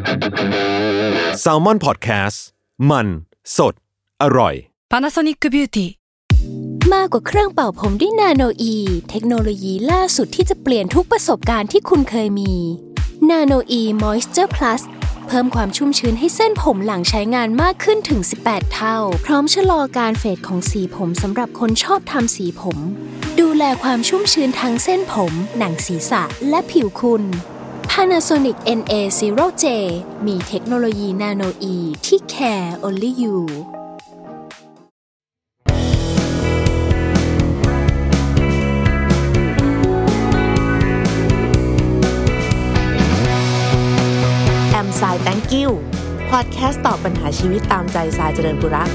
Salmon Podcast มันสดอร่อย Panasonic Beauty มากกว่าเครื่องเป่าผมด้วยนาโนอีเทคโนโลยีล่าสุดที่จะเปลี่ยนทุกประสบการณ์ที่คุณเคยมีนาโนอีมอยส์เจอร์พลัสเพิ่มความชุ่มชื้นให้เส้นผมหลังใช้งานมากขึ้นถึง18เท่าพร้อมชะลอการเฟดของสีผมสำหรับคนชอบทำสีผมดูแลความชุ่มชื้นทั้งเส้นผมหนังศีรษะและผิวคุณ Panasonic NA0J มีเทคโนโลยีนาโนอีที่ care only you ทราย thank you พอดแคสต์ตอบปัญหาชีวิตตามใจทรายเจริญปุระ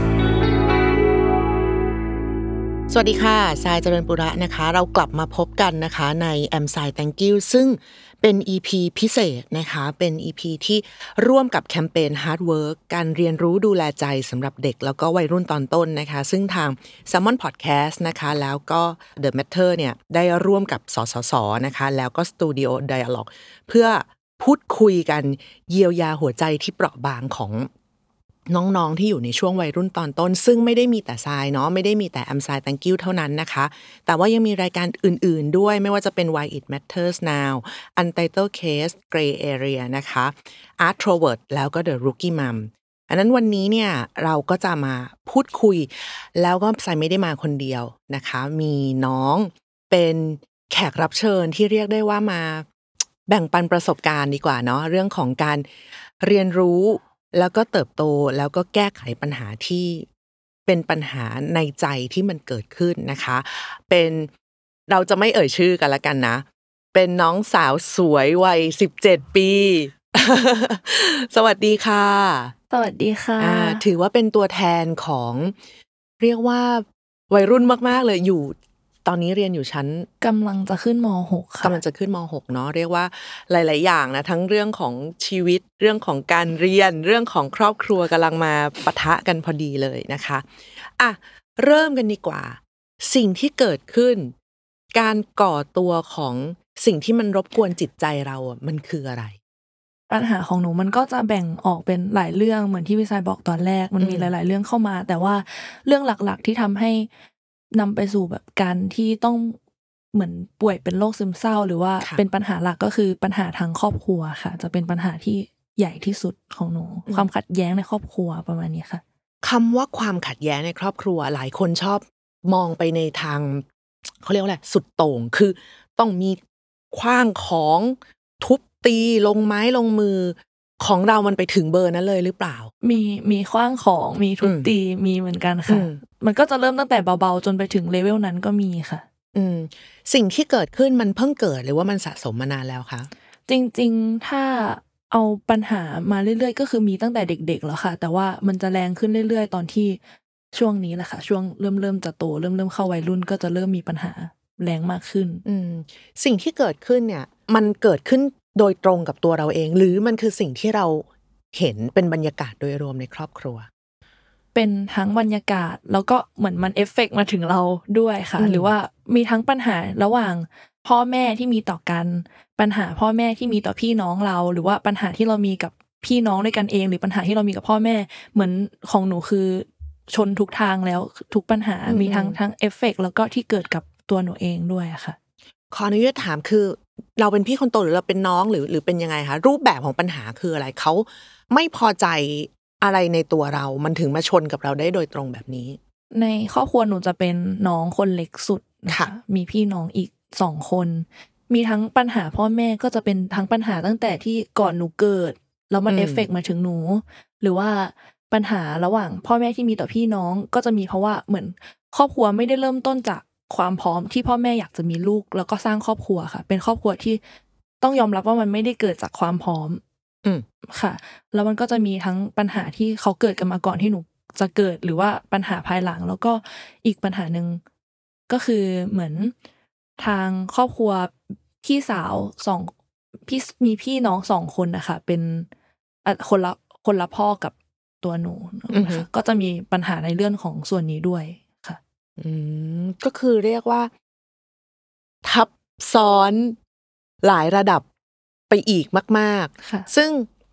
สวัสดีค่ะทรายเจริญปุระนะคะเรากลับมาพบกันนะคะใน ทราย thank you ซึ่งเป็น EP พิเศษนะคะเป็น EP ที่ร่วมกับแคมเปญ Hard Work การเรียนรู้ดูแลใจสำหรับเด็กแล้วก็วัยรุ่นตอนต้นนะคะซึ่งทาง Salmon Podcast นะคะแล้วก็ The Matter เนี่ยได้ร่วมกับสสสนะคะแล้วก็ Studio Dialogue เพื่อพูดคุยกันเยียวยาหัวใจที่เปราะบางของน้องๆที่อยู่ในช่วงวัยรุ่นตอนต้นซึ่งไม่ได้มีแต่ทรายเนาะไม่ได้มีแต่ทราย thank you เท่านั้นนะคะแต่ว่ายังมีรายการอื่นๆด้วยไม่ว่าจะเป็น Why It Matters Now Untitled Case Gray Area นะคะ Artrovert แล้วก็ The Rookie Mom อันนั้นวันนี้เนี่ยเราก็จะมาพูดคุยแล้วก็ทรายไม่ได้มาคนเดียวนะคะมีน้องเป็นแขกรับเชิญที่เรียกได้ว่ามาแบ่งปันประสบการณ์ดีกว่าเนาะเรื่องของการเรียนรู้แล้วก็เติบโตแล้วก็แก้ไขปัญหาที่เป็นปัญหาในใจที่มันเกิดขึ้นนะคะเป็นเราจะไม่เอ่ยชื่อกันละกันนะเป็นน้องสาวสวยวัย17 ปี สวัสดีค่ะสวัสดีค่ะถือว่าเป็นตัวแทนของเรียกว่าวัยรุ่นมากๆเลยอยู่ตอนนี้เรียนอยู่ชั้นกำลังจะขึ้นม.6 ค่ะกำลังจะขึ้นม.6 เนาะเรียกว่าหลายๆอย่างนะทั้งเรื่องของชีวิตเรื่องของการเรียนเรื่องของครอบครัวกำลังมาปะทะกันพอดีเลยนะคะอ่ะเริ่มกันดีกว่าสิ่งที่เกิดขึ้นการก่อตัวของสิ่งที่มันรบกวนจิตใจเราอ่ะมันคืออะไรปัญหาของหนูมันก็จะแบ่งออกเป็นหลายเรื่องเหมือนที่พี่ชายบอกตอนแรกมันมีหลายๆเรื่องเข้ามาแต่ว่าเรื่องหลักๆที่ทำให้นำไปสู่แบบการที่ต้องเหมือนป่วยเป็นโรคซึมเศร้าหรือว่าเป็นปัญหาหลักก็คือปัญหาทางครอบครัวค่ะจะเป็นปัญหาที่ใหญ่ที่สุดของหนูความขัดแย้งในครอบครัวประมาณนี้ค่ะคำว่าความขัดแย้งในครอบครัวหลายคนชอบมองไปในทางเขาเรียกว่าอะไรสุดโต่งคือต้องมีขว้างของทุบตีลงไม้ลงมือของเรามันไปถึงเบอร์นั้นเลยหรือเปล่ามีขว้างของมีทุบตีมีเหมือนกันค่ะมันก็จะเริ่มตั้งแต่เบาๆจนไปถึงเลเวลนั้นก็มีค่ะสิ่งที่เกิดขึ้นมันเพิ่งเกิดหรือว่ามันสะสมมานานแล้วคะจริงๆถ้าเอาปัญหามาเรื่อยๆก็คือมีตั้งแต่เด็กๆแล้วค่ะแต่ว่ามันจะแรงขึ้นเรื่อยๆตอนที่ช่วงนี้แหละค่ะช่วงเริ่มจะโตเริ่มเข้าวัยรุ่นก็จะเริ่มมีปัญหาแรงมากขึ้นสิ่งที่เกิดขึ้นเนี่ยมันเกิดขึ้นโดยตรงกับตัวเราเองหรือมันคือสิ่งที่เราเห็นเป็นบรรยากาศโดยรวมในครอบครัวเป็นทั้งบรรยากาศแล้วก็เหมือนมันเอฟเฟกต์มาถึงเราด้วยค่ะหรือว่ามีทั้งปัญหาระหว่างพ่อแม่ที่มีต่อกันปัญหาพ่อแม่ที่มีต่อพี่น้องเราหรือว่าปัญหาที่เรามีกับพี่น้องด้วยกันเองหรือปัญหาที่เรามีกับพ่อแม่เหมือนของหนูคือชนทุกทางแล้วทุกปัญหามีทั้งเอฟเฟกต์แล้วก็ที่เกิดกับตัวหนูเองด้วยค่ะขออนุญาตถามคือเราเป็นพี่คนโตหรือเราเป็นน้องหรือเป็นยังไงคะรูปแบบของปัญหาคืออะไรเขาไม่พอใจอะไรในตัวเรามันถึงมาชนกับเราได้โดยตรงแบบนี้ในครอบครัวหนูจะเป็นน้องคนเล็กสุดค่ะมีพี่น้องอีก2 คนมีทั้งปัญหาพ่อแม่ก็จะเป็นทั้งปัญหาตั้งแต่ที่ก่อนหนูเกิดแล้วมันเอฟเฟกต์มาถึงหนูหรือว่าปัญหาระหว่างพ่อแม่ที่มีต่อพี่น้องก็จะมีเพราะว่าเหมือนครอบครัวไม่ได้เริ่มต้นจากความพร้อมที่พ่อแม่อยากจะมีลูกแล้วก็สร้างครอบครัวค่ะเป็นครอบครัวที่ต้องยอมรับว่ามันไม่ได้เกิดจากความพร้อมค่ะแล้วมันก็จะมีทั้งปัญหาที่เขาเกิดกันมาก่อนที่หนูจะเกิดหรือว่าปัญหาภายหลังแล้วก็อีกปัญหานึงก็คือเหมือนทางครอบครัวพี่สาวมีพี่น้อง2 คนนะคะเป็นคนละพ่อกับตัวหนูนะคะก็จะมีปัญหาในเรื่องของส่วนนี้ด้วยค่ะก็คือเรียกว่าทับซ้อนหลายระดับไปอีกมากๆซึ่ง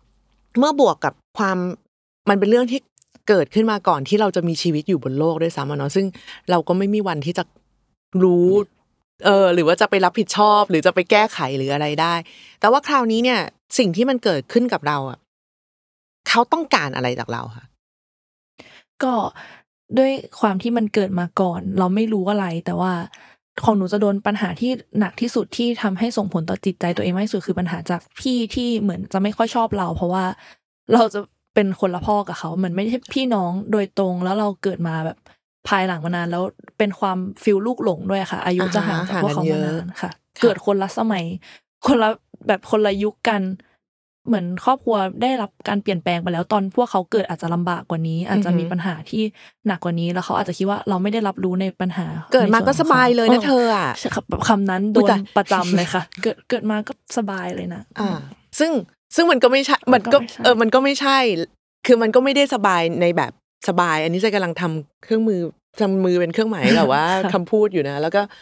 เมื่อบวกกับความมันเป็นเรื่องที่เกิดขึ้นมาก่อนที่เราจะมีชีวิตอยู่บนโลกด้วยซ้ำเนาะซึ่งเราก็ไม่มีวันที่จะรู้หรือว่าจะไปรับผิดชอบหรือจะไปแก้ไขหรืออะไรได้แต่ว่าคราวนี้เนี่ยสิ่งที่มันเกิดขึ้นกับเราอ่ะเขาต้องการอะไรจากเราค่ะก็ด้วยความที่มันเกิดมาก่อนเราไม่รู้อะไรแต่ว่าของหนูจะโดนปัญหาที่หนักที่สุดที่ทำให้ส่งผลต่อจิตใจตัวเองมากที่สุดคือปัญหาจากพี่ที่เหมือนจะไม่ค่อยชอบเราเพราะว่าเราจะเป็นคนละพ่อกับเขาเหมือนไม่ใช่พี่น้องโดยตรงแล้วเราเกิดมาแบบภายหลังมานานแล้วเป็นความฟีลลูกหลงด้วยค่ะอายุจะห่างจากพวกเขามานานค่ะเกิดคนละสมัยคนละแบบคนละยุคกันเหมือนครอบครัวได้รับการเปลี่ยนแปลงไปแล้วตอนพวกเขาเกิดอาจจะลำบากกว่านี้อาจจะมีปัญหาที่หนักกว่านี้แล้วเขาอาจจะคิดว่าเราไม่ได้รับรู้ในปัญหาเกิดมาก็สบายเลยนะเธออ่ะคำนั้นโดนประจำเลยค่ะเกิดมาก็สบายเลยนะซึ่งมันก็ไม่ใช่มันก็ไม่ใช่คือมันก็ไม่ได้สบายในแบบสบายอันนี้ใจกำลังทำเครื่องมือทำมือเป็นเครื่องหมายแบบว่าคำพูดอยู่นะแล้วก็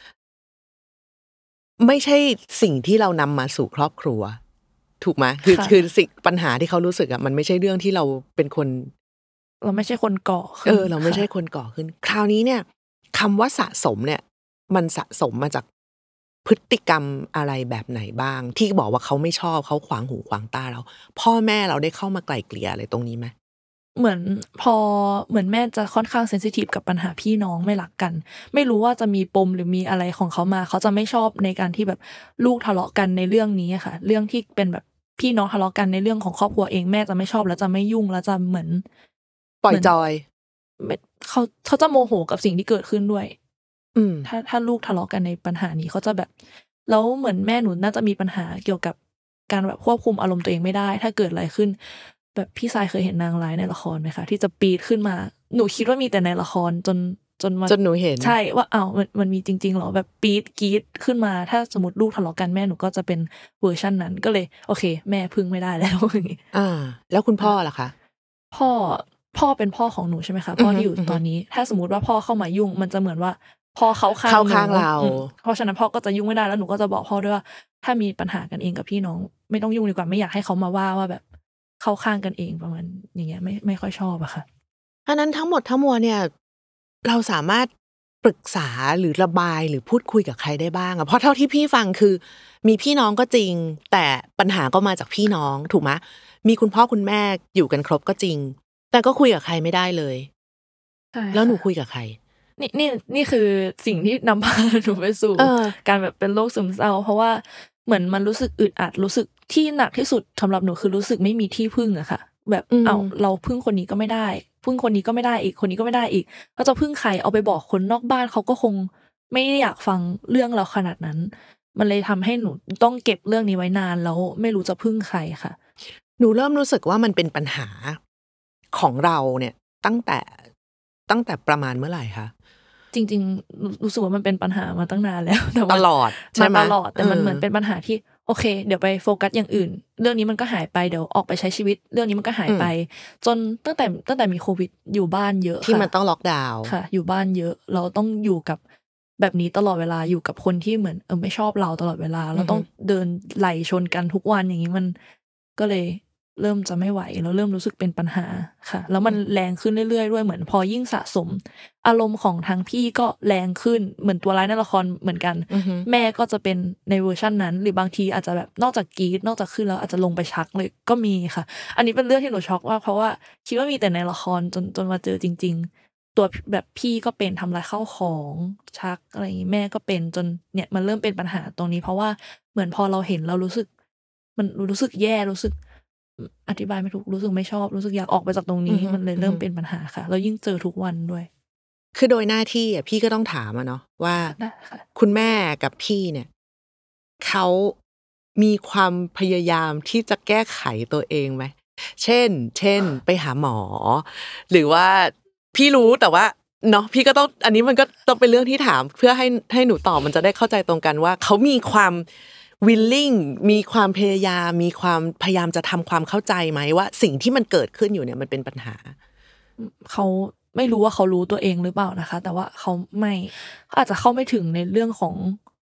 ไม่ใช่สิ่งที่เรานำมาสู่ครอบครัวถูกไหมคือสิ่งปัญหาที่เขารู้สึกอ่ะมันไม่ใช่เรื่องที่เราเป็นคนเราไม่ใช่คนก่อขึ้นเราไม่ใช่คนก่อขึ้นคราวนี้เนี่ยคำว่าสะสมเนี่ยมันสะสมมาจากพฤติกรรมอะไรแบบไหนบ้างที่บอกว่าเขาไม่ชอบเขาขวางหูขวางตาเราพ่อแม่เราได้เข้ามาไกล่เกลี่ยอะไรตรงนี้ไหมเหมือนเหมือนแม่จะค่อนข้างเซนซิทีฟกับปัญหาพี่น้องไม่รักกันไม่รู้ว่าจะมีปมหรือมีอะไรของเขามาเขาจะไม่ชอบในการที่แบบลูกทะเลาะกันในเรื่องนี้ค่ะเรื่องที่เป็นแบบพี่น้องทะเลาะกันในเรื่องของครอบครัวเองแม่จะไม่ชอบแล้วจะไม่ยุ่งแล้วจะเหมือนปล่อยจอยเขาจะโมโหกับสิ่งที่เกิดขึ้นด้วยถ้าลูกทะเลาะกันในปัญหานี้เขาจะแบบแล้วเหมือนแม่หนูน่าจะมีปัญหาเกี่ยวกับการแบบควบคุมอารมณ์ตัวเองไม่ได้ถ้าเกิดอะไรขึ้นแบบพี่ทรายเคยเห็นนางร้ายในละครไหมคะที่จะปีดขึ้นมาหนูคิดว่ามีแต่ในละครจนหนูเห็นใช่ว่าอ้าวมันมีจริงๆหรอแบบปีดกรีดขึ้นมาถ้าสมมติลูกทะเลาะกันแม่หนูก็จะเป็นเวอร์ชันนั้นก็เลยโอเคแม่พึ่งไม่ได้แล้วอย่างงี้แล้วคุณพ่อล่ะคะพ่อเป็นพ่อของหนูใช่ไหมคะพ่อที่อยู่ตอนนี้ถ้าสมมติว่าพ่อเข้ามายุ่งมันจะเหมือนว่าพ่อเข้าข้างเราเพราะฉะนั้นพ่อก็จะยุ่งไม่ได้แล้วหนูก็จะบอกพ่อด้วยว่าถ้ามีปัญหากันเองกับพี่น้องไม่ต้องยุ่งดีกว่าไม่อยากให้เขามาว่าแบบเข้าข้างกันเองประมาณอย่างเงี้ยไม่ค่อยชอบอะค่ะอันนั้นทั้งหมดทั้งมวลเนี่ยเราสามารถปรึกษาหรือระบายหรือพูดคุยกับใครได้บ้างเพราะเท่าที่พี่ฟังคือมีพี่น้องก็จริงแต่ปัญหาก็มาจากพี่น้องถูกไหมมีคุณพ่อคุณแม่อยู่กันครบก็จริงแต่ก็คุยกับใครไม่ได้เลยแล้วหนูคุยกับใครนี่คือสิ่งที่นำพาหนูไปสู่การแบบเป็นโรคซึมเศร้าเพราะว่าเหมือนมันรู้สึกอึดอัดรู้สึกที่หนักที่สุดสำหรับหนูคือรู้สึกไม่มีที่พึ่งอะค่ะแบบเราพึ่งคนนี้ก็ไม่ได้พึ่งคนนี้ก็ไม่ได้อีกคนนี้ก็ไม่ได้อีกก็จะพึ่งใครเอาไปบอกคนนอกบ้านเขาก็คงไม่ได้อยากฟังเรื่องเราขนาดนั้นมันเลยทำให้หนูต้องเก็บเรื่องนี้ไว้นานแล้วไม่รู้จะพึ่งใครค่ะหนูเริ่มรู้สึกว่ามันเป็นปัญหาของเราเนี่ยตั้งแต่ประมาณเมื่อไหร่คะจริงๆรู้สึกว่ามันเป็นปัญหามาตั้งนานแล้วตลอดใช่ไหมตลอดแต่มันเหมือนเป็นปัญหาที่โอเคเดี๋ยวไปโฟกัสอย่างอื่นเรื่องนี้มันก็หายไปเดี๋ยวออกไปใช้ชีวิตเรื่องนี้มันก็หายไปจนตั้งแต่มีโควิดอยู่บ้านเยอะที่มันต้องล็อกดาวน์ค่ะอยู่บ้านเยอะเราต้องอยู่กับแบบนี้ตลอดเวลาอยู่กับคนที่เหมือนไม่ชอบเราตลอดเวลาเราต้องเดินไหลชนกันทุกวันอย่างนี้มันก็เลยเริ่มจะไม่ไหวแล้วเริ่มรู้สึกเป็นปัญหาค่ะแล้วมันแรงขึ้นเรื่อยๆด้วยเหมือนพอยิ่งสะสมอารมณ์ของทางพี่ก็แรงขึ้นเหมือนตัวร้ายในละครเหมือนกันแม่ก็จะเป็นในเวอร์ชันนั้นหรือบางทีอาจจะแบบนอกจากกรีดนอกจากขึ้นแล้วอาจจะลงไปชักเลยก็มีค่ะอันนี้เป็นเรื่องที่หนูช็อกมากเพราะว่าคิดว่ามีแต่ในละครจนมาเจอจริงๆตัวแบบพี่ก็เป็นทำลายข้าวของชักอะไรอย่างนี้แม่ก็เป็นจนเนี่ยมันเริ่มเป็นปัญหาตรงนี้เพราะว่าเหมือนพอเราเห็นเรารู้สึกมันรู้สึกแย่รู้สึกอธิบายไม่ถูกรู้สึกไม่ชอบรู้สึกอยากออกไปจากตรงนี้มันเลยเริ่มเป็นปัญหาค่ะแล้วยิ่งเจอทุกวันด้วยคือโดยหน้าที่พี่ก็ต้องถามเนาะว่าคุณแม่กับพี่เนี่ยเขามีความพยายามที่จะแก้ไขตัวเองไหมเช่นไปหาหมอหรือว่าพี่รู้แต่ว่าเนาะพี่ก็ต้องอันนี้มันก็ต้องเป็นเรื่องที่ถามเพื่อให้หนูตอบมันจะได้เข้าใจตรงกันว่าเขามีความwilling มีความพยายามมีความพยายามจะทำความเข้าใจไหมว่าสิ่งที่มันเกิดขึ้นอยู่เนี่ยมันเป็นปัญหาเขาไม่รู้ว่าเขารู้ตัวเองหรือเปล่านะคะแต่ว่าเขาอาจจะเข้าไม่ถึงในเรื่องของ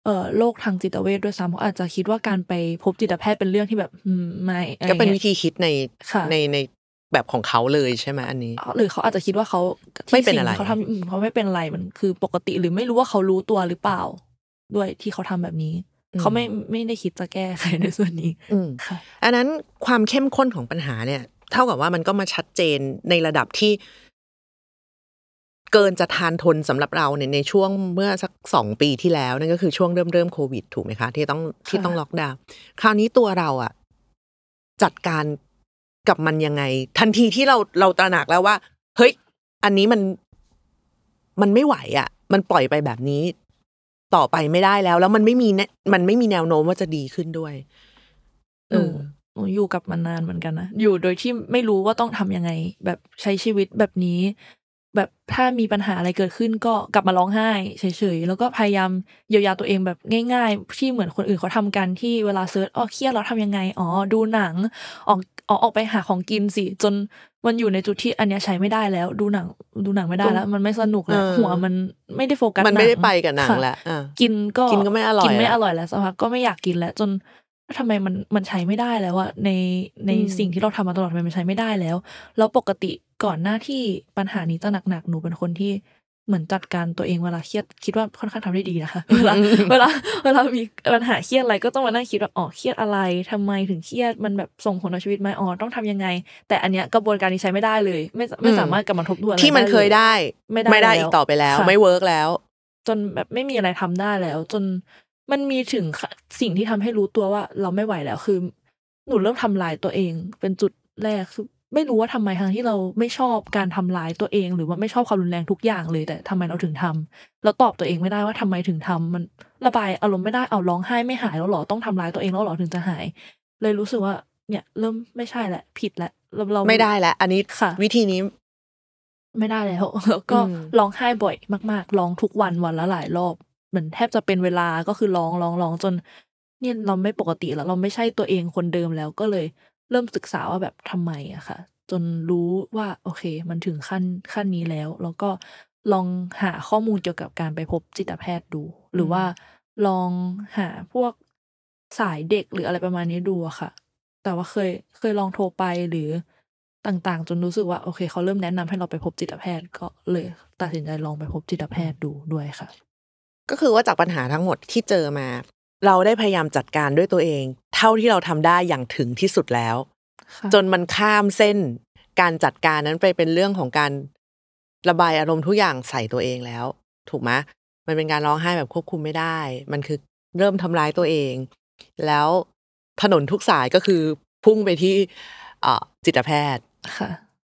โรคทางจิตเวชด้วยซ้ำเขาอาจจะคิดว่าการไปพบจิตแพทย์เป็นเรื่องที่แบบไม่ก็เป็นวิธีคิดในแบบของเขาเลยใช่ไหมอันนี้หรือเขาอาจจะคิดว่าเขาไม่เป็นอะไรเขาทำเขาไม่เป็นอะไรมันคือปกติหรือไม่รู้ว่าเขารู้ตัวหรือเปล่าด้วยที่เขาทำแบบนี้เขาไม่ได้คิดจะแก้ไขในส่วนนี้ค่ะอันนั้นความเข้มข้นของปัญหาเนี่ยเท่ากับว่ามันก็มาชัดเจนในระดับที่เกินจะทานทนสำหรับเราในช่วงเมื่อสัก2 ปีที่แล้วนั่นก็คือช่วงเริ่มโควิดถูกไหมคะที่ต้องล็อกดาวน์คราวนี้ตัวเราอ่ะจัดการกับมันยังไงทันทีที่เราตระหนักแล้วว่าเฮ้ยอันนี้มันไม่ไหวอ่ะมันปล่อยไปแบบนี้ต่อไปไม่ได้แล้วมันไม่มีแนวโน้มว่าจะดีขึ้นด้วยหนูอยู่กับมันนานเหมือนกันนะอยู่โดยที่ไม่รู้ว่าต้องทำยังไงแบบใช้ชีวิตแบบนี้แบบถ้ามีปัญหาอะไรเกิดขึ้นก็กลับมาร้องไห้เฉยๆแล้วก็พยายามเยียวยาตัวเองแบบง่ายๆที่เหมือนคนอื่นเขาทำกันที่เวลาเซิร์ชเครียดเราทำยังไงดูหนังออกไปหาของกินสิจนมันอยู่ในจุดที่อันเนี้ยใช้ไม่ได้แล้วดูหนังไม่ได้แล้วมันไม่สนุกแล้วหัวมันไม่ได้โฟกัสมันไม่ได้ไปกับหนังแล้วกินก็ไม่อร่อยกินไม่อร่อยแล้วสักพักก็ไม่อยากกินแล้วจนทำไมมันใช้ไม่ได้แล้วอะในสิ่งที่เราทำมาตลอดทำไมมันใช้ไม่ได้แล้วปกติก่อนหน้าที่ปัญหานี้จะหนักๆหนูเป็นคนที่เหมือนจัดการตัวเองเวลาเครียดคิดว่าค่อนข้างทำได้ดีนะคะเวลามีปัญหาเครียดอะไรก็ต้องมานั่งคิดว่าเครียดอะไรทำไมถึงเครียดมันแบบส่งผลต่อชีวิตไหมต้องทำยังไงแต่อันเนี้ยกระบวนการนี้ใช้ไม่ได้เลยไม่สามารถกลับมาทบทวนที่มันเคยได้ไม่ได้อีกต่อไปแล้วไม่เวิร์กแล้วจนแบบไม่มีอะไรทำได้แล้วจนมันมีถึงสิ่งที่ทำให้รู้ตัวว่าเราไม่ไหวแล้วคือหนูเริ่มทำลายตัวเองเป็นจุดแรกคือไม่รู้ว่าทำไมทั้งที่เราไม่ชอบการทำลายตัวเองหรือว่าไม่ชอบความรุนแรงทุกอย่างเลยแต่ทำไมเราถึงทำเราตอบตัวเองไม่ได้ว่าทำไมถึงทำมันระบายอารมณ์ไม่ได้ร้องไห้ไม่หายแล้วหรอต้องทำร้ายตัวเองแล้วหรอถึงจะหายเลยรู้สึกว่าเนี่ยเริ่มไม่ใช่แหละผิดแล้วเราไม่ได้แล้วอันนี้วิธีนี้ไม่ได้แล้วก็ร้องไห้บ่อยมากๆร้องทุกวันละหลายรอบเหมือนแทบจะเป็นเวลาก็คือร้องจนเนี่ยเราไม่ปกติแล้วเราไม่ใช่ตัวเองคนเดิมแล้วก็เลยเริ่มศึกษาว่าแบบทำไมอะค่ะจนรู้ว่าโอเคมันถึงขั้นนี้แล้วก็ลองหาข้อมูลเกี่ยวกับการไปพบจิตแพทย์ดูหรือว่าลองหาพวกสายเด็กหรืออะไรประมาณนี้ดูอะค่ะแต่ว่าเคยลองโทรไปหรือต่างๆจนรู้สึกว่าโอเคเขาเริ่มแนะนำให้เราไปพบจิตแพทย์ก็เลยตัดสินใจลองไปพบจิตแพทย์ดูด้วยค่ะก็คือว่าจากปัญหาทั้งหมดที่เจอมาเราได้พยายามจัดการด้วยตัวเองเท่าที่เราทำได้อย่างถึงที่สุดแล้วจนมันข้ามเส้นการจัดการนั้นไปเป็นเรื่องของการระบายอารมณ์ทุกอย่างใส่ตัวเองแล้วถูกไหมมันเป็นการร้องไห้แบบควบคุมไม่ได้มันคือเริ่มทำร้ายตัวเองแล้วถนนทุกสายก็คือพุ่งไปที่จิตแพทย์ค่ะ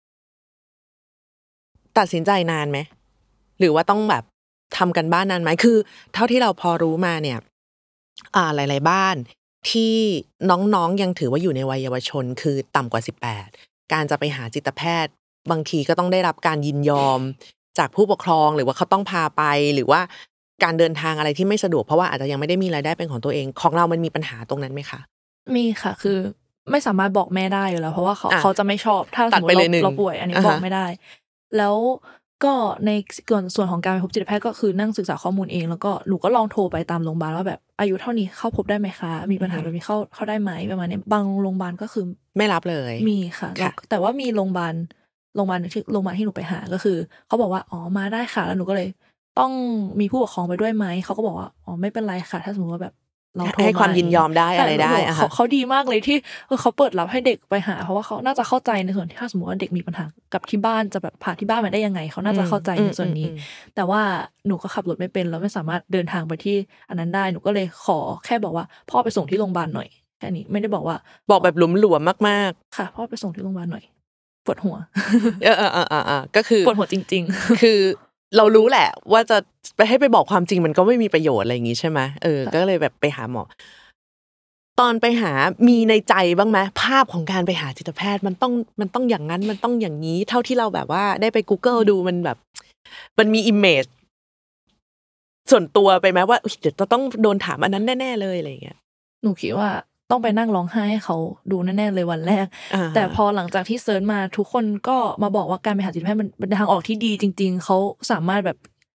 ตัดสินใจนานไหมหรือว่าต้องแบบทำกันบ้านนานไหมคือเท่าที่เราพอรู้มาเนี่ยหลายๆบ้านที่น้องๆยังถือว่าอยู่ในวัยเยาวชนคือต่ำกว่า18การจะไปหาจิตแพทย์บางทีก็ต้องได้รับการยินยอมจากผู้ปกครองหรือว่าเขาต้องพาไปหรือว่าการเดินทางอะไรที่ไม่สะดวกเพราะว่าอาจจะยังไม่ได้มีรายได้เป็นของตัวเองของเรามันมีปัญหาตรงนั้นไหมคะมีค่ะคือไม่สามารถบอกแม่ได้อยู่แล้วเพราะว่าเขาจะไม่ชอบถ้าสมมติเราป่วยอันนี้บอกไม่ได้แล้วก็ในส่วนของการไปพบจิตแพทย์ก็คือนั่งศึกษาข้อมูลเองแล้วก็หนูก็ลองโทรไปตามโรงพยาบาลว่าแบบอายุเท่านี้เข้าพบได้ไหมคะมีปัญหาแบบนี้เข้าได้ไหมประมาณนี้บางโรงพยาบาลก็คือไม่รับเลยมีค่ะแต่ว่ามีโรงพยาบาลที่หนูไปหาก็คือเขาบอกว่ามาได้ค่ะแล้วหนูก็เลยต้องมีผู้ปกครองไปด้วยไหมเขาก็บอกว่าไม่เป็นไรค่ะถ้าสมมติว่าแบบเราโทรให้ความยินยอมได้อะไรได้เขาดีมากเลยที่เขาเปิดรับให้เด็กไปหาเพราะว่าเขาน่าจะเข้าใจในส่วนที่ถ้าสมมติว่าเด็กมีปัญหากับที่บ้านจะแบบพาที่บ้านมาได้ยังไงเขาน่าจะเข้าใจในส่วนนี้แต่ว่าหนูก็ขับรถไม่เป็นแล้วไม่สามารถเดินทางไปที่อันนั้นได้หนูก็เลยขอแค่บอกว่าพ่อไปส่งที่โรงพยาบาลหน่อยแค่นี้ไม่ได้บอกว่าบอกแบบหลวมๆมากๆค่ะพ่อไปส่งที่โรงพยาบาลหน่อยปวดหัวก็คือปวดหัวจริงๆคือเรารู้แหละว่าจะไปบอกความจริงมันก็ไม่มีประโยชน์อะไรอย่างงี้ใช่ไหมก็เลยแบบไปหาหมอตอนไปหามีในใจบ้างไหมภาพของการไปหาจิตแพทย์มันต้องอย่างนั้นมันต้องอย่างนี้เท่าที่เราแบบว่าได้ไป Google ดูมันแบบมันมี image ส่วนตัวไปไหมว่าเดี๋ยวจะต้องโดนถามอันนั้นแน่ๆเลยอะไรอย่างเงี้ยหนูคิดว่าต้องไปนั่งร้องไห้ให้เขาดูแน่ๆเลยวันแรกแต่พอหลังจากที่เซิร์ชมาทุกคนก็มาบอกว่าการไปหาจิตแพทย์มันเป็นทางออกที่ดีจริงๆเขาสามารถแบบ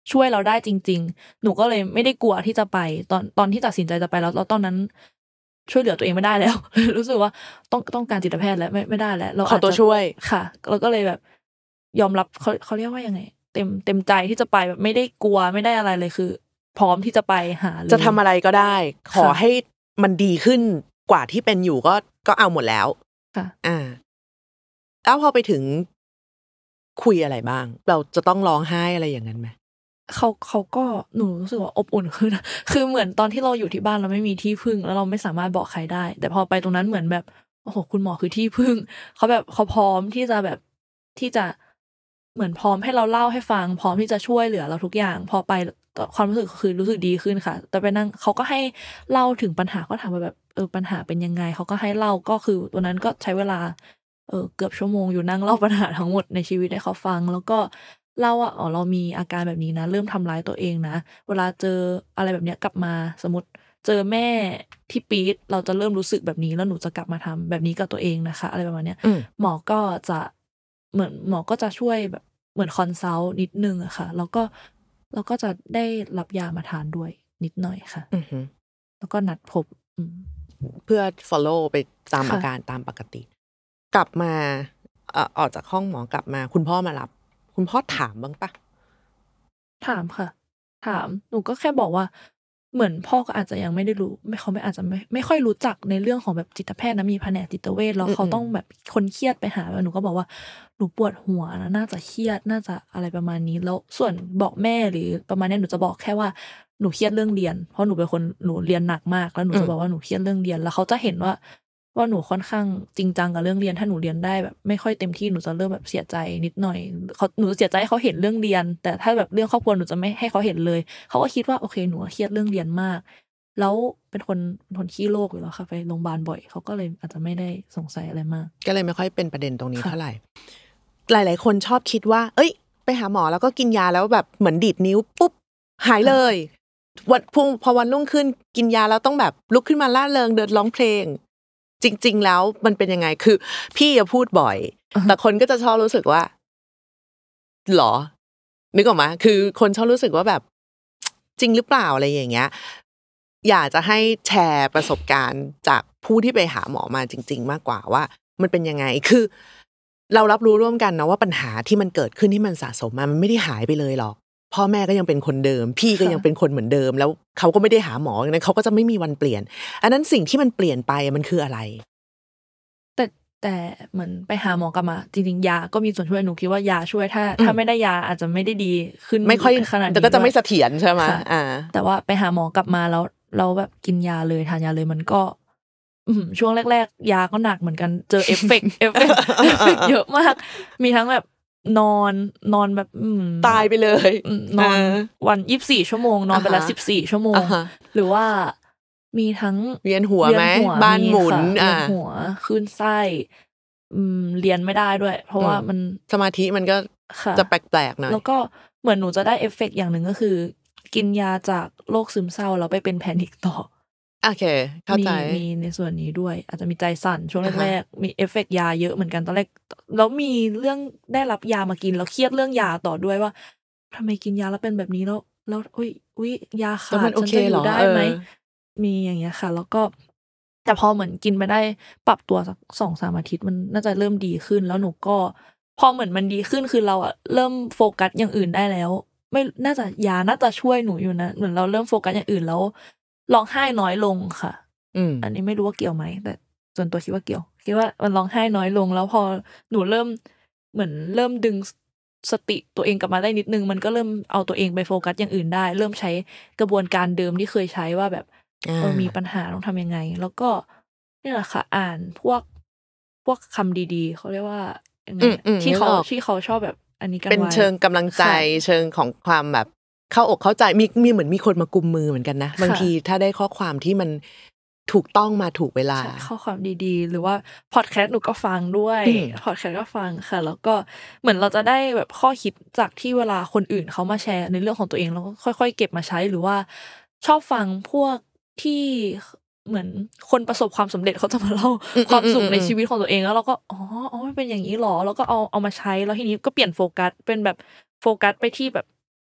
ช่วยเราได้จริงๆหนูก็เลยไม่ได้กลัวที่จะไปตอนที่ตัดสินใจจะไปแล้วตอนนั้นช่วยเหลือตัวเองไม่ได้แล้ว รู้สึกว่าต้องการจิตแพทย์แล้วไม่ได้แล้วเราขอตัวช่วยค่ะเราก็เลยแบบยอมรับเขาเรียกว่ายังไงเต็มใจที่จะไปแบบไม่ได้กลัวไม่ได้อะไรเลยคือ พร้อมที่จะไปหาเลยจะทำอะไรก็ได้ขอให้มันดีขึ้นกว่าที่เป็นอยู่ก็เอาหมดแล้วค่ะแล้วพอไปถึงคุยอะไรบ้างเราจะต้องร้องไห้อะไรอย่างนั้นไหมเขาก็หนูรู้สึกว่าอบอุ่นขึ้นคือเหมือนตอนที่เราอยู่ที่บ้านเราไม่มีที่พึ่งแล้วเราไม่สามารถบอกใครได้แต่พอไปตรงนั้นเหมือนแบบโอ้โหคุณหมอคือที่พึ่งเขาแบบเขาพร้อมที่จะแบบที่จะเหมือนพร้อมให้เราเล่าให้ฟังพร้อมที่จะช่วยเหลือเราทุกอย่างพอไปความรู้สึกคือรู้สึกดีขึ้นค่ะแต่ไปนั่งเขาก็ให้เล่าถึงปัญหาก็ถามว่าแบบปัญหาเป็นยังไงเขาก็ให้เล่าก็คือตัวนั้นก็ใช้เวลาเกือบชั่วโมงอยู่นั่งเล่าปัญหาทั้งหมดในชีวิตให้เขาฟังแล้วก็เล่าว่าเรามีอาการแบบนี้นะเริ่มทำร้ายตัวเองนะเวลาเจออะไรแบบเนี้ยกลับมาสมมติเจอแม่ที่ปี๊ดเราจะเริ่มรู้สึกแบบนี้แล้วหนูจะกลับมาทำแบบนี้กับตัวเองนะคะอะไรประมาณเนี้ยหมอก็จะเหมือนหมอก็จะช่วยแบบเหมือนคอนซัลท์นิดนึงอะค่ะแล้วก็จะได้รับยามาทานด้วยนิดหน่อยค่ะแล้วก็นัดพบเพื่อ follow ไปตามอาการตามปกติกลับมาออกจากห้องหมอกลับมาคุณพ่อมารับคุณพ่อถามบ้างปะถามค่ะถามหนูก็แค่บอกว่าเหมือนพ่อก็อาจจะยังไม่ได้รู้เขาอาจจะไม่ค่อยรู้จักในเรื่องของแบบจิตแพทย์นะมีแผนกจิตเวชแล้วเขาต้องแบบคนเครียดไปหาหนูก็บอกว่าหนูปวดหัวนะน่าจะเครียดน่าจะอะไรประมาณนี้แล้วส่วนบอกแม่หรือประมาณนี้หนูจะบอกแค่ว่าหนูเครียดเรื่องเรียนเพราะหนูเป็นคนหนูเรียนหนักมากแล้วหนูจะบอกว่าหนูเครียดเรื่องเรียนแล้วเขาจะเห็นว่าหนูค่อนข้างจริงจังกับเรื่องเรียนถ้าหนูเรียนได้แบบไม่ค่อยเต็มที่หนูจะเริ่มแบบเสียใจนิดหน่อยหนูเสียใจให้เขาเห็นเรื่องเรียนแต่ถ้าแบบเรื่องครอบครัวหนูจะไม่ให้เขาเห็นเลยเขาก็คิดว่าโอเคหนูเครียดเรื่องเรียนมากแล้วเป็นคนขี้โรคอยู่แล้วค่ะไปโรงพยาบาลบ่อยเขาก็เลยอาจจะไม่ได้สงสัยอะไรมากก็เลยไม่ค่อยเป็นประเด็นตรงนี้เท่าไหร่หลายๆคนชอบคิดว่าเอ้ยไปหาหมอแล้วก็กินยาแล้วแบบเหมือนดีดนิ้วปุ๊บหายเลยพอวันรุ่งขึ้นกินยาแล้วต้องแบบลุกขึ้นมาล่าเริงเดินร้องเพลงจริงๆแล้วมันเป็นยังไงคือพี่อย่าพูดบ่อยแต่คนก็จะชอบรู้สึกว่าหรอนึกออกมาคือคนชอบรู้สึกว่าแบบจริงหรือเปล่าอะไรอย่างเงี้ยอยากจะให้แชร์ประสบการณ์จากผู้ที่ไปหาหมอมาจริงๆมากกว่าว่ามันเป็นยังไงคือเรารับรู้ร่วมกันนะว่าปัญหาที่มันเกิดขึ้นที่มันสะสมมามันไม่ได้หายไปเลยหรอกพ่อแม่ก็ยังเป็นคนเดิมพี่ก็ยังเป็นคนเหมือนเดิมแล้วเขาก็ไม่ได้หาหมอดังนั้นเขาก็จะไม่มีวันเปลี่ยนอันนั้นสิ่งที่มันเปลี่ยนไปมันคืออะไรแต่เหมือนไปหาหมอกลับมาจริงๆยาก็มีส่วนช่วยหนูคิดว่ายาช่วยถ้าไม่ได้ยาอาจจะไม่ได้ดีขึ้นไม่ค่อยขนาดนี้แต่ก็จะไม่เสถียรใช่ไหมแต่ว่าไปหาหมอกลับมาแล้วเราแบบกินยาเลยทานยาเลยมันก็ช่วงแรกๆยาก็หนักเหมือนกันเจอเอฟเฟกต์เยอะมากมีทั้งแบบนอนแบบตายไปเลยนอนวัน24ชั่วโมงนอนไปละ14ชั่วโมงหรือว่ามีทั้งเวียนหัวไหมบ้านหมุนเวียนหัวคลื่นไส้เรียนไม่ได้ด้วยเพราะว่ามันสมาธิมันก็จะแปลกๆหน่อยแล้วก็เหมือนหนูจะได้เอฟเฟกต์อย่างหนึ่งก็คือกินยาจากโรคซึมเศร้าแล้วไปเป็นแพนิคต่อโอเคเข้าใจมีในส่วนนี้ด้วยอาจจะมีใจสั่นช่วงแรกๆมีเอฟเฟกต์ยาเยอะเหมือนกันตอนแรกแล้วมีเรื่องได้รับยามากินแล้วเครียดเรื่องยาต่อด้วยว่าทำไมกินยาแล้วเป็นแบบนี้แล้วอุ้ยยาขาดฉันจะอยู่ได้ไหมมีอย่างเงี้ยค่ะแล้วก็แต่พอเหมือนกินไปได้ปรับตัวสัก 2-3 อาทิตย์มันน่าจะเริ่มดีขึ้นแล้วหนูก็พอเหมือนมันดีขึ้นคือเราอะเริ่มโฟกัสอย่างอื่นได้แล้วไม่น่าจะยาน่าจะช่วยหนูอยู่นะเหมือนเราเริ่มโฟกัสอย่างอื่นแล้วร้องไห้น้อยลงค่ะอันนี้ไม่รู้ว่าเกี่ยวไหมแต่ส่วนตัวคิดว่าเกี่ยวคิดว่ามันร้องไห้น้อยลงแล้วพอหนูเริ่มดึงสติตัวเองกลับมาได้นิดนึงมันก็เริ่มเอาตัวเองไปโฟกัสอย่างอื่นได้เริ่มใช้กระบวนการเดิมที่เคยใช้ว่าแบบมีปัญหาต้องทำยังไงแล้วก็นี่แหละค่ะอ่านพวกคำดีๆเขาเรียกว่ายังไงที่เขาชอบแบบอันนี้กันไว้เป็นเชิงกำลังใจเชิงของความแบบเข้าอกเข้าใจมีเหมือนมีคนมากุมมือเหมือนกันนะบางทีถ้าได้ข้อความที่มันถูกต้องมาถูกเวลาข้อความดีๆหรือว่าพอดแคสต์หนูก็ฟังด้วยพอดแคสต์ก็ฟังค่ะแล้วก็เหมือนเราจะได้แบบข้อคิดจากที่เวลาคนอื่นเขามาแชร์ในเรื่องของตัวเองแล้วก็ค่อยๆเก็บมาใช้หรือว่าชอบฟังพวกที่เหมือนคนประสบความสำเร็จเขาจะมาเล่าความสุขในชีวิตของตัวเองแล้วเราก็อ๋อมันเป็นอย่างนี้หรอแล้วก็เอามาใช้แล้วทีนี้ก็เปลี่ยนโฟกัสเป็นแบบโฟกัสไปที่แบบ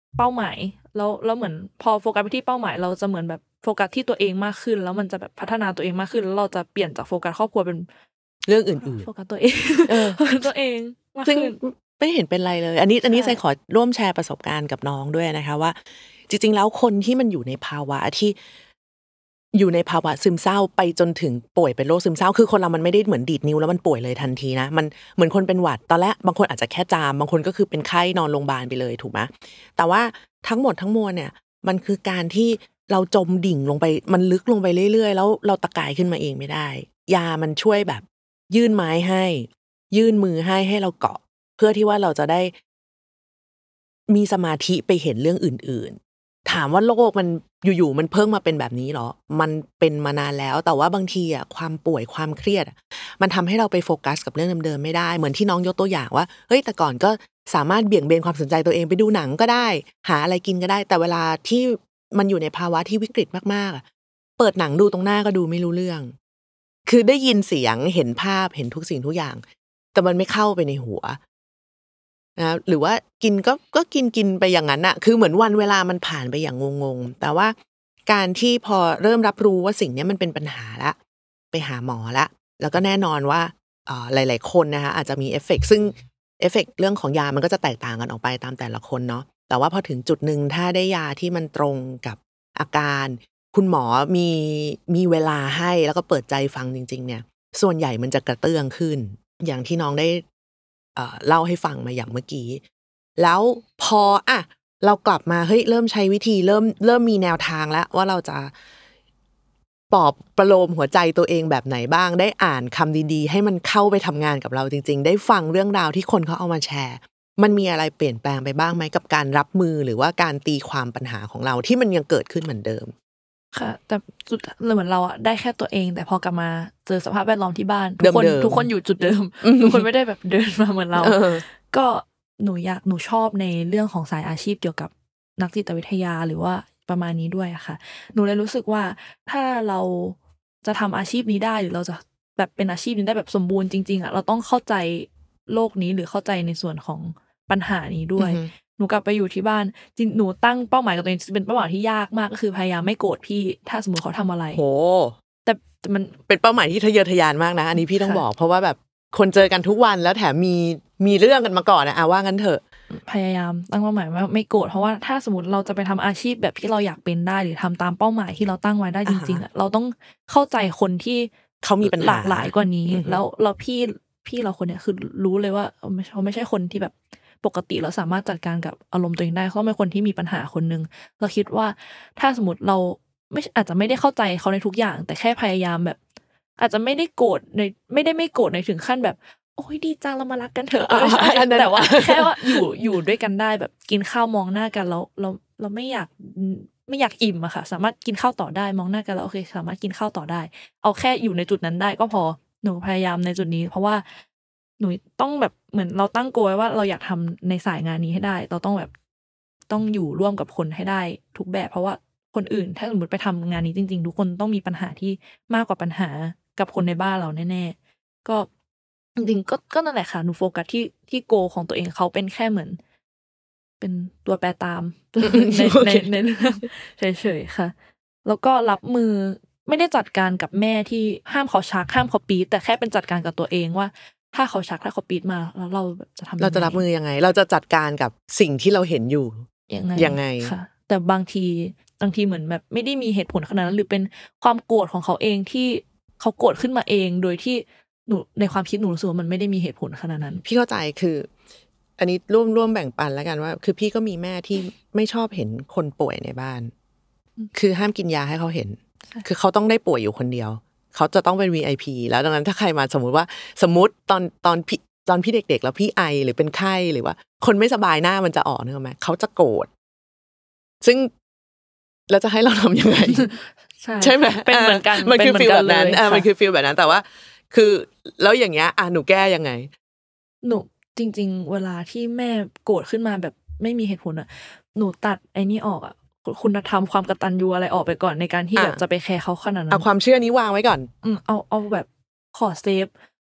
เป้าหมายแล้วเหมือนพอโฟกัสไปที่เป้าหมายเราจะเหมือนแบบโฟกัสที่ตัวเองมากขึ้นแล้วมันจะแบบพัฒนาตัวเองมากขึ้นแล้วเราจะเปลี่ยนจากโฟกัสครอบครัวเป็นเรื่องอื่นโฟกัสตัวเองตัวเองมากซึ่งขึ้นไม่เห็นเป็นไรเลยอันนี้ใจขอร่วมแชร์ประสบการณ์กับน้องด้วยนะคะว่าจริงๆแล้วคนที่มันอยู่ในภาวะที่อยู่ในภาวะซึมเศร้าไปจนถึงป่วยเป็นโรคซึมเศร้าคือคนเรามันไม่ได้เหมือนดีดนิ้วแล้วมันป่วยเลยทันทีนะมันเหมือนคนเป็นหวัดตอนแรกบางคนอาจจะแค่จามบางคนก็คือเป็นไข้นอนโรงพยาบาลไปเลยถูกไหมแต่ว่าทั้งหมดทั้งมวลเนี่ยมันคือการที่เราจมดิ่งลงไปมันลึกลงไปเรื่อยๆแล้วเราตะกายขึ้นมาเองไม่ได้ยามันช่วยแบบยื่นไม้ให้ยื่นมือให้เราเกาะเพื่อที่ว่าเราจะได้มีสมาธิไปเห็นเรื่องอื่นๆถามว่าโลกมันอยู่ๆมันเพิ่งมาเป็นแบบนี้หรอมันเป็นมานานแล้วแต่ว่าบางทีอ่ะความป่วยความเครียดมันทำให้เราไปโฟกัสกับเรื่องเดิมๆไม่ได้เหมือนที่น้องยกตัวอย่างว่าเฮ้ยแต่ก่อนก็สามารถเบี่ยงเบนความสนใจตัวเองไปดูหนังก็ได้หาอะไรกินก็ได้แต่เวลาที่มันอยู่ในภาวะที่วิกฤตมากๆเปิดหนังดูตรงหน้าก็ดูไม่รู้เรื่องคือได้ยินเสียงเห็นภาพเห็นทุกสิ่งทุกอย่างแต่มันไม่เข้าไปในหัวนะหรือว่ากินก็กินไปอย่างนั้นอะคือเหมือนวันเวลามันผ่านไปอย่างงงๆแต่ว่าการที่พอเริ่มรับรู้ว่าสิ่งนี้มันเป็นปัญหาละไปหาหมอละแล้วก็แน่นอนว่าหลายๆคนนะคะอาจจะมีเอฟเฟกต์ซึ่งเอฟเฟกต์เรื่องของยามันก็จะแตกต่างกันออกไปตามแต่ละคนเนาะแต่ว่าพอถึงจุดนึงถ้าได้ยาที่มันตรงกับอาการคุณหมอมีเวลาให้แล้วก็เปิดใจฟังจริงๆเนี่ยส่วนใหญ่มันจะกระเตื้องขึ้นอย่างที่น้องได้เล่าให้ฟังมาอย่างเมื่อกี้แล้วพอเรากลับมาเฮ้ยเริ่มใช้วิธีเริ่มมีแนวทางแล้วว่าเราจะปลอบประโลมหัวใจตัวเองแบบไหนบ้างได้อ่านคำดีๆให้มันเข้าไปทำงานกับเราจริงๆได้ฟังเรื่องราวที่คนเขาเอามาแชร์มันมีอะไรเปลี่ยนแปลงไปบ้างไหมกับการรับมือหรือว่าการตีความปัญหาของเราที่มันยังเกิดขึ้นเหมือนเดิมค่ะแต่จุดเหมือนเราอะได้แค่ตัวเองแต่พอกลับมาเจอสภาพแวดล้อมที่บ้านทุกคนอยู่จุดเดิมทุกคนไม่ได้แบบเดินมาเหมือนเราก็หนูชอบในเรื่องของสายอาชีพเกี่ยวกับนักจิตวิทยาหรือว่าประมาณนี้ด้วยอะค่ะหนูเลยรู้สึกว่าถ้าเราจะทำอาชีพนี้ได้หรือเราจะแบบเป็นอาชีพนี้ได้แบบสมบูรณ์จริงๆอะเราต้องเข้าใจโลกนี้หรือเข้าใจในส่วนของปัญหานี้ด้วยหนูกลับไปอยู่ที่บ้านจริงหนูตั้งเป้าหมายกับตัวเองเป็นเป้าหมายที่ยากมากก็คือพยายามไม่โกรธพี่ถ้าสมมติเขาทำอะไรโหแต่มันเป็นเป้าหมายที่ทะเยอทะยานมากนะอันนี้พี่ต้องบอกเพราะว่าแบบคนเจอกันทุกวันแล้วแถมมีเรื่องกันมาก่อนนะว่างั้นเถอะพยายามตั้งเป้าหมายว่าไม่โกรธเพราะว่าถ้าสมมติเราจะไปทำอาชีพแบบที่เราอยากเป็นได้หรือทำตามเป้าหมายที่เราตั้งไว้ได้จริงๆอ่ะเราต้องเข้าใจคนที่เขามีปัญหาหลากหลายกว่านี้แล้วพี่เราคนเนี้ยคือรู้เลยว่าเขาไม่ใช่คนที่แบบปกติเราสามารถจัดการกับอารมณ์ตัวเองได้เขาเป็นคนที่มีปัญหาคนนึงเราคิดว่าถ้าสมมติเราอาจจะไม่ได้เข้าใจเขาในทุกอย่างแต่แค่พยายามแบบอาจจะไม่ได้โกรธในไม่โกรธในถึงขั้นแบบโอ้ยดีจังเรามารักกันเถอะไม่ใช่แต่ว่าแค่ว่าอยู่ด้วยกันได้แบบกินข้าวมองหน้ากันแล้วเราไม่อยากอิ่มอะค่ะสามารถกินข้าวต่อได้มองหน้ากันแล้วโอเคสามารถกินข้าวต่อได้เอาแค่อยู่ในจุดนั้นได้ก็พอหนูพยายามในจุดนี้เพราะว่าหนูต้องแบบเหมือนเราตั้งโกไว้ว่าเราอยากทำในสายงานนี้ให้ได้เราต้องแบบต้องอยู่ร่วมกับคนให้ได้ทุกแบบเพราะว่าคนอื่นถ้าสมมติไปทำงานนี้จริงๆทุกคนต้องมีปัญหาที่มากกว่าปัญหากับคนในบ้านเราแน่ๆก็จริงๆก็นั่นแหละค่ะหนูโฟกัสที่โกของตัวเองเขาเป็นแค่เหมือนเป็นตัวแปรตามในเรื่องเฉยๆค่ะแล้วก็รับมือไม่ได้จัดการกับแม่ที่ห้ามเขาชักห้ามเขาปี๊ดแต่แค่เป็นจัดการกับตัวเองว่าถ้าเขาชักถ้าเขาปี๊ดมาแล้วเราจะทำเราจะรับมือยังไงเราจะจัดการกับสิ่งที่เราเห็นอยู่ยังไงค่ะแต่บางทีเหมือนแบบไม่ได้มีเหตุผลขนาดนั้นหรือเป็นความโกรธของเขาเองที่เขาโกรธขึ้นมาเองโดยที่หนูในความคิดหนูรู้สึกว่ามันไม่ได้มีเหตุผลขนาดนั้นพี่เข้าใจคืออันนี้ร่วมแบ่งปันแล้วกันว่าคือพี่ก็มีแม่ที่ไม่ชอบเห็นคนป่วยในบ้านคือห้ามกินยาให้เขาเห็นคือเขาต้องได้ป่วยอยู่คนเดียวเขาจะต้องเป็น VIP แล้วดังนั้นถ้าใครมาสมมุติตอนพี่เด็กๆแล้วพี่ไอหรือเป็นไข้หรือว่าคนไม่สบายหน้ามันจะออกนึกออกไหมเขาจะโกรธซึ่งเราจะให้เราทำยังไงใช่ไหมเป็นเหมือนกันมันคือฟีลแบบนั้นมันคือฟีลแบบนั้นแต่ว่าคือแล้วอย่างเงี้ยหนูแก้ยังไงหนูจริงๆเวลาที่แม่โกรธขึ้นมาแบบไม่มีเหตุผลอ่ะหนูตัดไอ้นี่ออกอ่ะคุณธรรมความกตัญญูอะไรออกไปก่อนในการที่แบบจะไปแคร์เขาขนาดนั้นเอาความเชื่อนี้วางไว้ก่อนเอาแบบขอเซฟ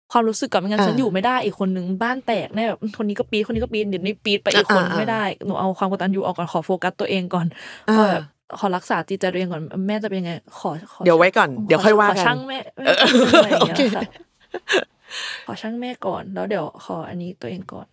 ความรู้สึกกับไม่งั้นฉันอยู่ไม่ได้อีกคนนึงบ้านแตกแน่แบบคนนี้ก็ปี๊ดคนนี้ก็ปี๊ดเดี๋ยวนี้ปี๊ดไปอีกคนไม่ได้หนูเอาความกตัญญูออกก่อนขอโฟกัสตัวเองก่อนแบบขอรักษาจิตใจตัวเองก่อนแม่จะเป็นยังไงขอเดี๋ยวไว้ก่อนเดี๋ยวค่อยว่ากันขอช่างแม่อะไรอย่างเงี้ยค่ะขอช่างแม่ก่อนแล้วเดี๋ยวขออันนี้ตัวเองก่อน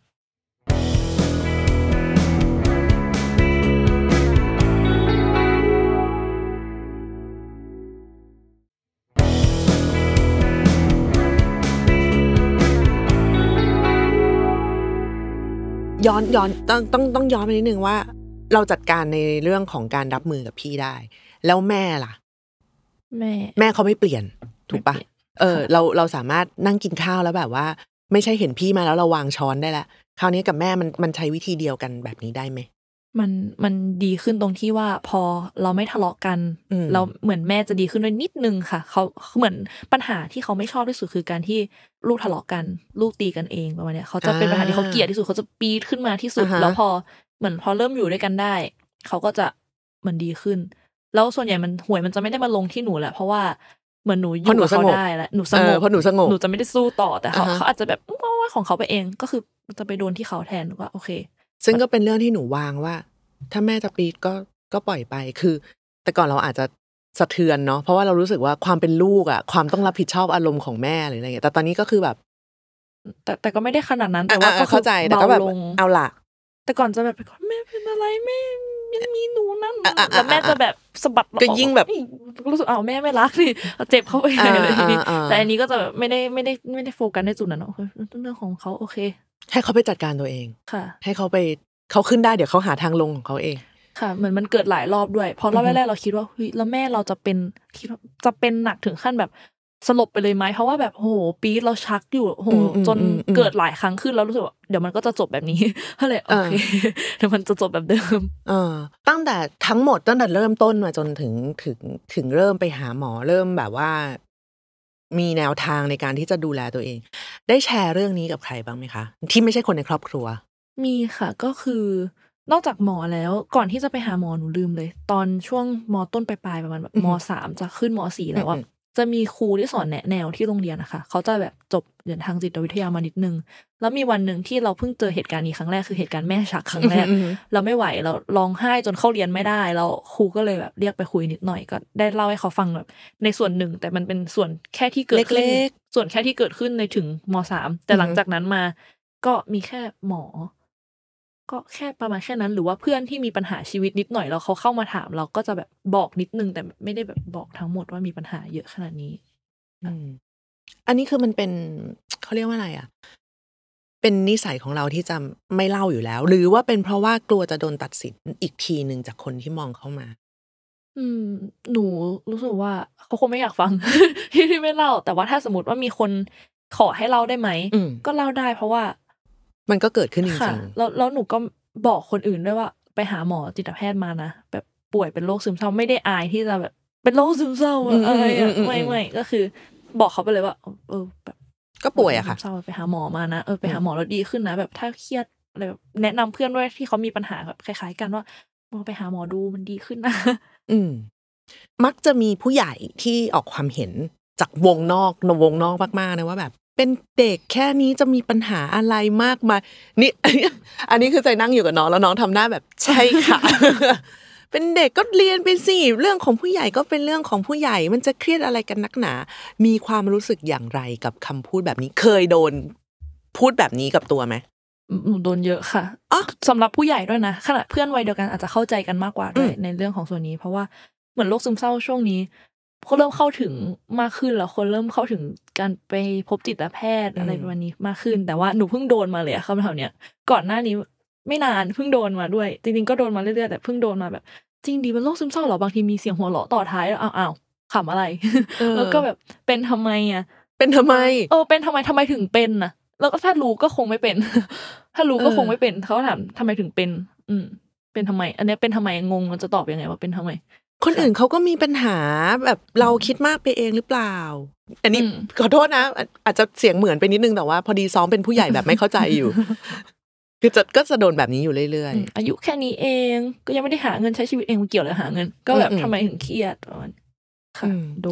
ย้อนต้องย้อนไปนิดนึงว่าเราจัดการในเรื่องของการรับมือกับพี่ได้แล้วแม่ล่ะแม่เขาไม่เปลี่ยนถูกปะเราสามารถนั่งกินข้าวแล้วแบบว่าไม่ใช่เห็นพี่มาแล้วเราวางช้อนได้ละคราวนี้กับแม่มันใช้วิธีเดียวกันแบบนี้ได้ไหมมันดีขึ้นตรงที่ว่าพอเราไม่ทะเลาะกันเราเหมือนแม่จะดีขึ้นด้วยนิดนึงค่ะเขาเหมือนปัญหาที่เขาไม่ชอบที่สุดคือการที่ลูกทะเลาะกันลูกตีกันเองประมาณเนี้ยเขาจะเป็นปัญหาที่เขาเกลียดที่สุดเขาจะปี๊ดขึ้นมาที่สุดแล้วพอเหมือนพอเริ่มอยู่ด้วยกันได้เขาก็จะเหมือนดีขึ้นแล้วส่วนใหญ่มันห่วยมันจะไม่ได้มาลงที่หนูแหละเพราะว่าเหมือนหนูอยู่กับเขาได้แล้วหนูสงบเพราะหนูสงบหนูจะไม่ได้สู้ต่อแต่เขาอาจจะแบบว่าของเขาไปเองก็คือจะไปโดนที่เขาแทนว่าโอเคซึ่งก็เป็นเรื่องที่หนูวางว่าถ้าแม่จะปี๊ดก็ปล่อยไปคือแต่ก่อนเราอาจจะสะเทือนเนาะเพราะว่าเรารู้สึกว่าความเป็นลูกอ่ะความต้องรับผิดชอบอารมณ์ของแม่หรืออะไรอย่างเงี้ยแต่ตอนนี้ก็คือแบบแต่ก็ไม่ได้ขนาดนั้นแต่ว่าก็เข้าใจแต่ก็แบบเอาล่ะแต่ก่อนจะแบบแม่เป็นอะไรแม่ยังมีหนูนั่นแล้วแม่จะแบบสะบัดก็ยิ่งแบบรู้สึกแม่ไม่รักนี่เจ็บเข้าไปเลยแต่อันนี้ก็จะแบบไม่ได้โฟกัสในจุดนั้นเนาะเรื่องของเขาโอเคให้เขาไปจัดการตัวเองค่ะให้เขาขึ้นได้เดี๋ยวเขาหาทางลงของเขาเองค่ะเหมือนมันเกิดหลายรอบด้วยพอรอบแรกเราคิดว่าเฮ้ยแล้วแม่เราจะเป็นหนักถึงขั้นแบบสลบไปเลยไหมเพราะว่าแบบโหปี๊ดเราชักอยู่โหจนเกิดหลายครั้งขึ้นแล้วรู้สึกว่าเดี๋ยวมันก็จะจบแบบนี้ก็เลยโอเคเดี๋ยวมันจะจบแบบเดิมตั้งแต่ทั้งหมดตั้งแต่เริ่มต้นมาจนถึงเริ่มไปหาหมอเริ่มแบบว่ามีแนวทางในการที่จะดูแลตัวเองได้แชร์เรื่องนี้กับใครบ้างไหมคะที่ไม่ใช่คนในครอบครัวมีค่ะก็คือนอกจากหมอแล้วก่อนที่จะไปหาหมอหนูลืมเลยตอนช่วงม.ต้นปลายประมาณแบบม.3 จะขึ้นม.4 แล้วจะมีครูที่สอนแนวที่โรงเรียนนะคะเขาจะแบบจบเรียนทางจิตวิทยามานิดนึงแล้วมีวันนึงที่เราเพิ่งเจอเหตุการณ์นี้ครั้งแรกคือเหตุการณ์แม่ชักครั้งแรกเราไม่ไหวเราร้องไห้จนเข้าเรียนไม่ได้แล้วครูก็เลยแบบเรียกไปคุยนิดหน่อยก็ได้เล่าให้เขาฟังแบบในส่วนหนึ่งแต่มันเป็นส่วนแค่ที่เกิดขึ้นส่วนแค่ที่เกิดขึ้นในถึงม.3 แต่หลังจากนั้นมาก็มีแค่หมอก็แค่ประมาณแค่นั้นหรือว่าเพื่อนที่มีปัญหาชีวิตนิดหน่อยแล้วเขาเข้ามาถามเราก็จะแบบบอกนิดนึงแต่ไม่ได้แบบบอกทั้งหมดว่ามีปัญหาเยอะขนาดนี้อันนี้คือมันเป็นเขาเรียกว่าอะไรอ่ะเป็นนิสัยของเราที่จะไม่เล่าอยู่แล้วหรือว่าเป็นเพราะว่ากลัวจะโดนตัดสินอีกทีนึงจากคนที่มองเข้ามาหนูรู้สึกว่าเขาคงไม่อยากฟัง ที่ไม่เล่าแต่ว่าถ้าสมมติว่ามีคนขอให้เล่าได้ไหมก็เล่าได้เพราะว่ามันก็เกิดขึ้นจริงๆแล้วหนูก็บอกคนอื่นด้วยว่าไปหาหมอจิตแพทย์มานะแบบป่วยเป็นโรคซึมเศร้าไม่ได้อายที่จะแบบเป็นโรคซึมเศร้าอะไรไม่ก็คือบอกเขาไปเลยว่าแบบก็ป่วยอะค่ะเศร้าไปหาหมอมานะไปหาหมอแล้วดีขึ้นนะแบบถ้าเครียดอะไรแบบแนะนำเพื่อนด้วยที่เขามีปัญหาแบบคล้ายๆกันว่าไปหาหมอดูมันดีขึ้นนะมักจะมีผู้ใหญ่ที่ออกความเห็นจากวงนอกมากๆนะว่าแบบเป็นเด็กแค่นี้จะมีปัญหาอะไรมากมายนี่อันนี้คือใจนั่งอยู่กับน้องแล้วน้องทำหน้าแบบใช่ค่ะ เป็นเด็กก็เรียนไปสิเรื่องของผู้ใหญ่ก็เป็นเรื่องของผู้ใหญ่มันจะเครียดอะไรกันนักหนามีความรู้สึกอย่างไรกับคำพูดแบบนี้เคยโดนพูดแบบนี้กับตัวไหมโดนเยอะค่ะสำหรับผู้ใหญ่ด้วยนะขณะเพื่อนวัยเดียวกันอาจจะเข้าใจกันมากกว่าด้วยในเรื่องของส่วนนี้เพราะว่าเหมือนโรคซึมเศร้าช่วงนี้คนเริ่มเข้าถึงมากขึ้นแล้วคนเริ่มเข้าถึงการไปพบจิตแพทย์อะไรประมาณนี้มากขึ้นแต่ว่าหนูเพิ่งโดนมาเลยคำถามเนี้ยก่อนหน้านี้ไม่นานเพิ่งโดนมาด้วยจริงๆก็โดนมาเรื่อยๆแต่เพิ่งโดนมาแบบจริงดีเป็นโรคซึมเศร้าเหรอบางทีมีเสียงหัวเราะต่อท้ายแล้วอ้าวขำอะไรแล้วก็แบบเป็นทำไมอ่ะเป็นทำไมเป็นทำไมถึงเป็นน่ะแล้วก็ถ้ารู้ก็คงไม่เป็นถ้ารู้ก็คงไม่เป็นเขาถามทำไมถึงเป็นเป็นทำไมอันนี้เป็นทำไมงงมันจะตอบยังไงว่าเป็นทำไมคนอื่นเขาก็มีปัญหาแบบเราคิดมากไปเองหรือเปล่าอันนี้ขอโทษนะอาจจะเสียงเหมือนไปนิดนึงแต่ว่าพอดีซ้อมเป็นผู้ใหญ่แบบไม่เข้าใจอยู่คือก็จะโดนแบบนี้อยู่เรื่อยๆอายุแค่นี้เองก็ยังไม่ได้หาเงินใช้ชีวิตเองมันเกี่ยวอะไรหาเงินก็แบบทำไมถึงเครียดค่ะโดน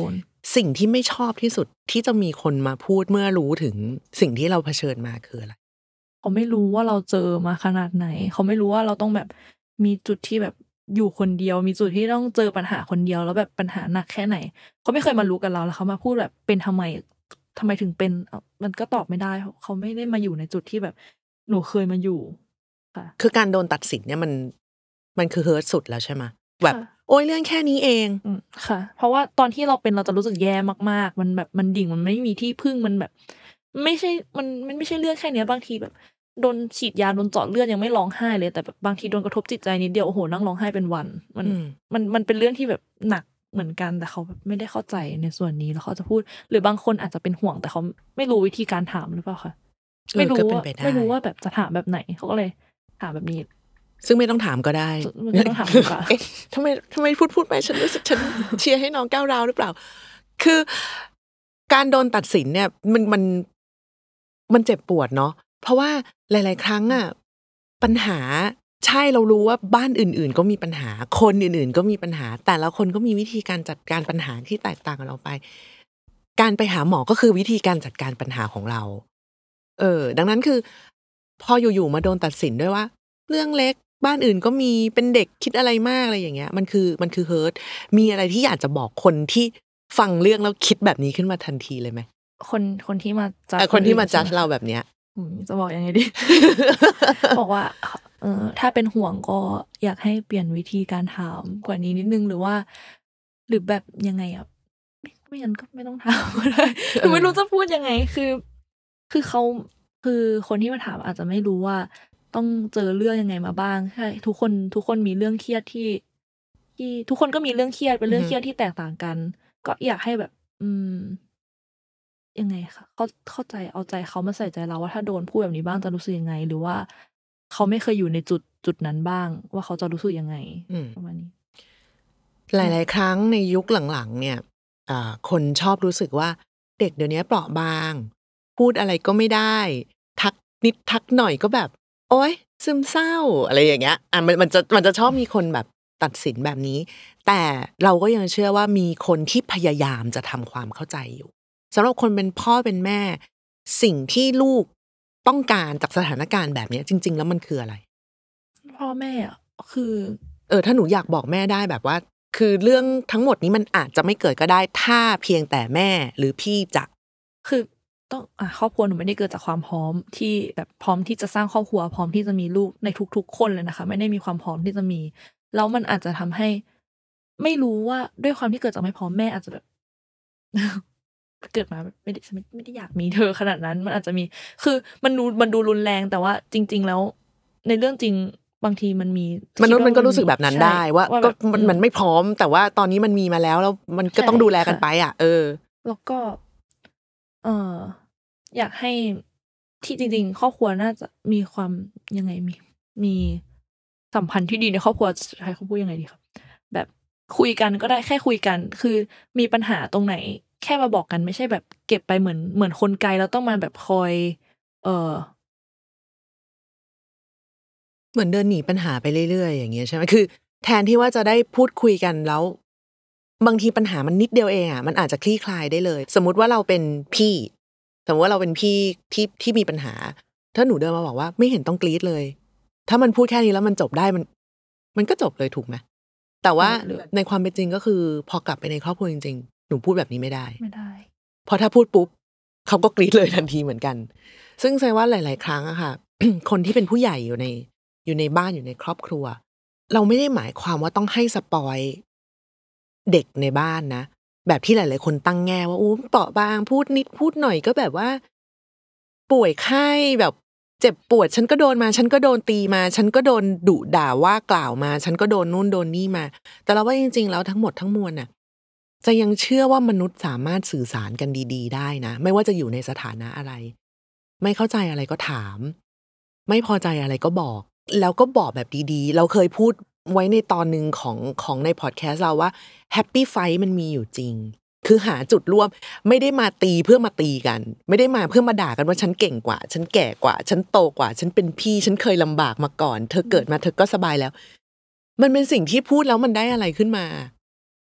สิ่งที่ไม่ชอบที่สุดที่จะมีคนมาพูดเมื่อรู้ถึงสิ่งที่เราเผชิญมาคืออะไรเขาไม่รู้ว่าเราเจอมาขนาดไหนเขาไม่รู้ว่าเราต้องแบบมีจุดที่แบบอยู่คนเดียวมีจุดที่ต้องเจอปัญหาคนเดียวแล้วแบบปัญหาหนักแค่ไหนเขาไม่เคยมารู้กับเราแล้วเขามาพูดแบบเป็นทำไมถึงเป็นมันก็ตอบไม่ได้เขาไม่ได้มาอยู่ในจุดที่แบบหนูเคยมาอยู่ค่ะคือการโดนตัดสินเนี่ยมันคือเฮิร์ตสุดแล้วใช่ไหมแบบโอ้ยเรื่องแค่นี้เองค่ะเพราะว่าตอนที่เราเป็นเราจะรู้สึกแย่มากๆมันแบบมันดิ่งมันไม่มีที่พึ่งมันแบบไม่ใช่มันไม่ใช่เรื่องแค่นี้บางทีแบบโดนฉีดยาโดนเจาะเลือดยังไม่ร้องไห้เลยแต่แบบบางทีโดนกระทบจิตใจนิดเดียวโอ้โหนั่งร้องไห้เป็นวันมันเป็นเรื่องที่แบบหนักเหมือนกันแต่เขาแบบไม่ได้เข้าใจในส่วนนี้แล้วเขาจะพูดหรือบางคนอาจจะเป็นห่วงแต่เขาไม่รู้วิธีการถามหรือเปล่าคะไม่รู้ว่าแบบจะถามแบบไหนเขาก็เลยถามแบบนี้ซึ่งไม่ต้องถามก็ได้ไม่ต้องถามค่ะทำไมพูดไปฉันรู้สึกฉันเชียร์ให้น้องก้าวร้าวหรือเปล่าคือการโดนตัดสินเนี่ยมันเจ็บปวดเนาะเพราะว่าหลายๆครั้งอ่ะปัญหาใช่เรารู้ว่าบ้านอื่นๆก็มีปัญหาคนอื่นๆก็มีปัญหาแต่ละคนก็มีวิธีการจัดการปัญหาที่แตกต่างกันออกไปการไปหาหมอก็คือวิธีการจัดการปัญหาของเราดังนั้นคือพออยู่ๆมาโดนตัดสินด้วยว่าเรื่องเล็กบ้านอื่นก็มีเป็นเด็กคิดอะไรมากอะไรอย่างเงี้ยมันคือเฮิร์ตมีอะไรที่อยากจะบอกคนที่ฟังเรื่องแล้วคิดแบบนี้ขึ้นมาทันทีเลยไหมคนที่มาจัดเราแบบเนี้ยจะบอกยังไงดี บอกว่าถ้าเป็นห่วงก็อยากให้เปลี่ยนวิธีการถามกว่านี้นิดนึงหรือแบบยังไงอ่ะไม่งั้นก็ไม่ต้องถามก็ได้ไม่รู้จะพูดยังไงคือเขาคือคนที่มาถามอาจจะไม่รู้ว่าต้องเจอเรื่องยังไงมาบ้างใช่ทุกคนมีเรื่องเครียดที่ทุกคนก็มีเรื่องเครียดเป็นเรื่องเครียดที่แตกต่างกันก็อยากให้แบบยังไงคะเข้าใจเอาใจเขามาใส่ใจเราว่าถ้าโดนพูดแบบนี้บ้างจะรู้สึกยังไงหรือว่าเขาไม่เคยอยู่ในจุดนั้นบ้างว่าเขาจะรู้สึกยังไงประมาณนี้หลายๆครั้งในยุคหลังๆเนี่ยคนชอบรู้สึกว่าเด็กเดี๋ยวนี้เปราะบางพูดอะไรก็ไม่ได้ทักนิดทักหน่อยก็แบบโอ๊ยซึมเศร้าอะไรอย่างเงี้ยมันจะชอบมีคนแบบตัดสินแบบนี้แต่เราก็ยังเชื่อว่ามีคนที่พยายามจะทำความเข้าใจอยู่สำหรับคนเป็นพ่อเป็นแม่สิ่งที่ลูกต้องการจากสถานการณ์แบบนี้จริงๆแล้วมันคืออะไรพ่อแม่คือถ้าหนูอยากบอกแม่ได้แบบว่าคือเรื่องทั้งหมดนี้มันอาจจะไม่เกิดก็ได้ถ้าเพียงแต่แม่หรือพี่จะคือต้องครอบครัวหนูไม่ได้เกิดจากความพร้อมที่แบบพร้อมที่จะสร้างครอบครัวพร้อมที่จะมีลูกในทุกๆคนเลยนะคะไม่ได้มีความพร้อมที่จะมีแล้วมันอาจจะทำให้ไม่รู้ว่าด้วยความที่เกิดจากไม่พร้อมแม่อาจจะแบบเกิดมาไม่ได้อยากมีเธอขนาดนั้นมันอาจจะมีคือมันดูรุนแรงแต่ว่าจริงๆแล้วในเรื่องจริงบางทีมันมีมนุษย์มันก็รู้สึกแบบนั้นได้ว่าก็มันไม่พร้อมแต่ว่าตอนนี้มันมีมาแล้วมันก็ต้องดูแลกันไปแล้วก็อยากให้ที่จริงๆครอบครัวน่าจะมีความยังไงมีสัมพันธ์ที่ดีในครอบครัวใช้คำพูดยังไงดีครับแบบคุยกันก็ได้แค่คุยกันคือมีปัญหาตรงไหนแค่มาบอกกันไม่ใช่แบบเก็บไปเหมือนคนไกลแล้วต้องมาแบบคอยเหมือนเดินหนีปัญหาไปเรื่อยๆอย่างเงี้ยใช่ไหมคือแทนที่ว่าจะได้พูดคุยกันแล้วบางทีปัญหามันนิดเดียวเองมันอาจจะคลี่คลายได้เลยสมมุติว่าเราเป็นพี่สมมติว่าเราเป็นพี่ที่มีปัญหาถ้าหนูเดินมาบอกว่าไม่เห็นต้องกรี๊ดเลยถ้ามันพูดแค่นี้แล้วมันจบได้มันก็จบเลยถูกไหมแต่ว่าในความเป็นจริงก็คือพอกลับไปในครอบครัวจริงๆหนูพูดแบบนี้ไม่ได้เพราะถ้าพูดปุ๊บเขาก็กรี๊ดเลยทันทีเหมือนกันซึ่งแสดงว่าหลายๆครั้งอะค่ะ คนที่เป็นผู้ใหญ่อยู่ในบ้านอยู่ในครอบครัวเราไม่ได้หมายความว่าต้องให้สปอยเด็กในบ้านนะแบบที่หลายๆคนตั้งแง่ว่าเปราะบางพูดนิดพูดหน่อยก็แบบว่าป่วยไข้แบบเจ็บปวดฉันก็โดนมาฉันก็โดนตีมาฉันก็โดนดุด่าว่ากล่าวมาฉันก็โดนนู่นโดนนี่มาแต่เราว่าจริงๆแล้วทั้งหมดทั้งมวลน่ะจะยังเชื่อว่ามนุษย์สามารถสื่อสารกันดีๆได้นะไม่ว่าจะอยู่ในสถานะอะไรไม่เข้าใจอะไรก็ถามไม่พอใจอะไรก็บอกแล้วก็บอกแบบดีๆเราเคยพูดไว้ในตอนนึงของในพอดแคสต์เราว่าแฮปปี้ไฟท์มันมีอยู่จริงคือหาจุดร่วมไม่ได้มาตีเพื่อมาตีกันไม่ได้มาเพื่อมาด่ากันว่าฉันเก่งกว่าฉันแก่กว่าฉันโตกว่าฉันเป็นพี่ฉันเคยลำบากมาก่อนเธอเกิดมาเธอก็สบายแล้วมันเป็นสิ่งที่พูดแล้วมันได้อะไรขึ้นมา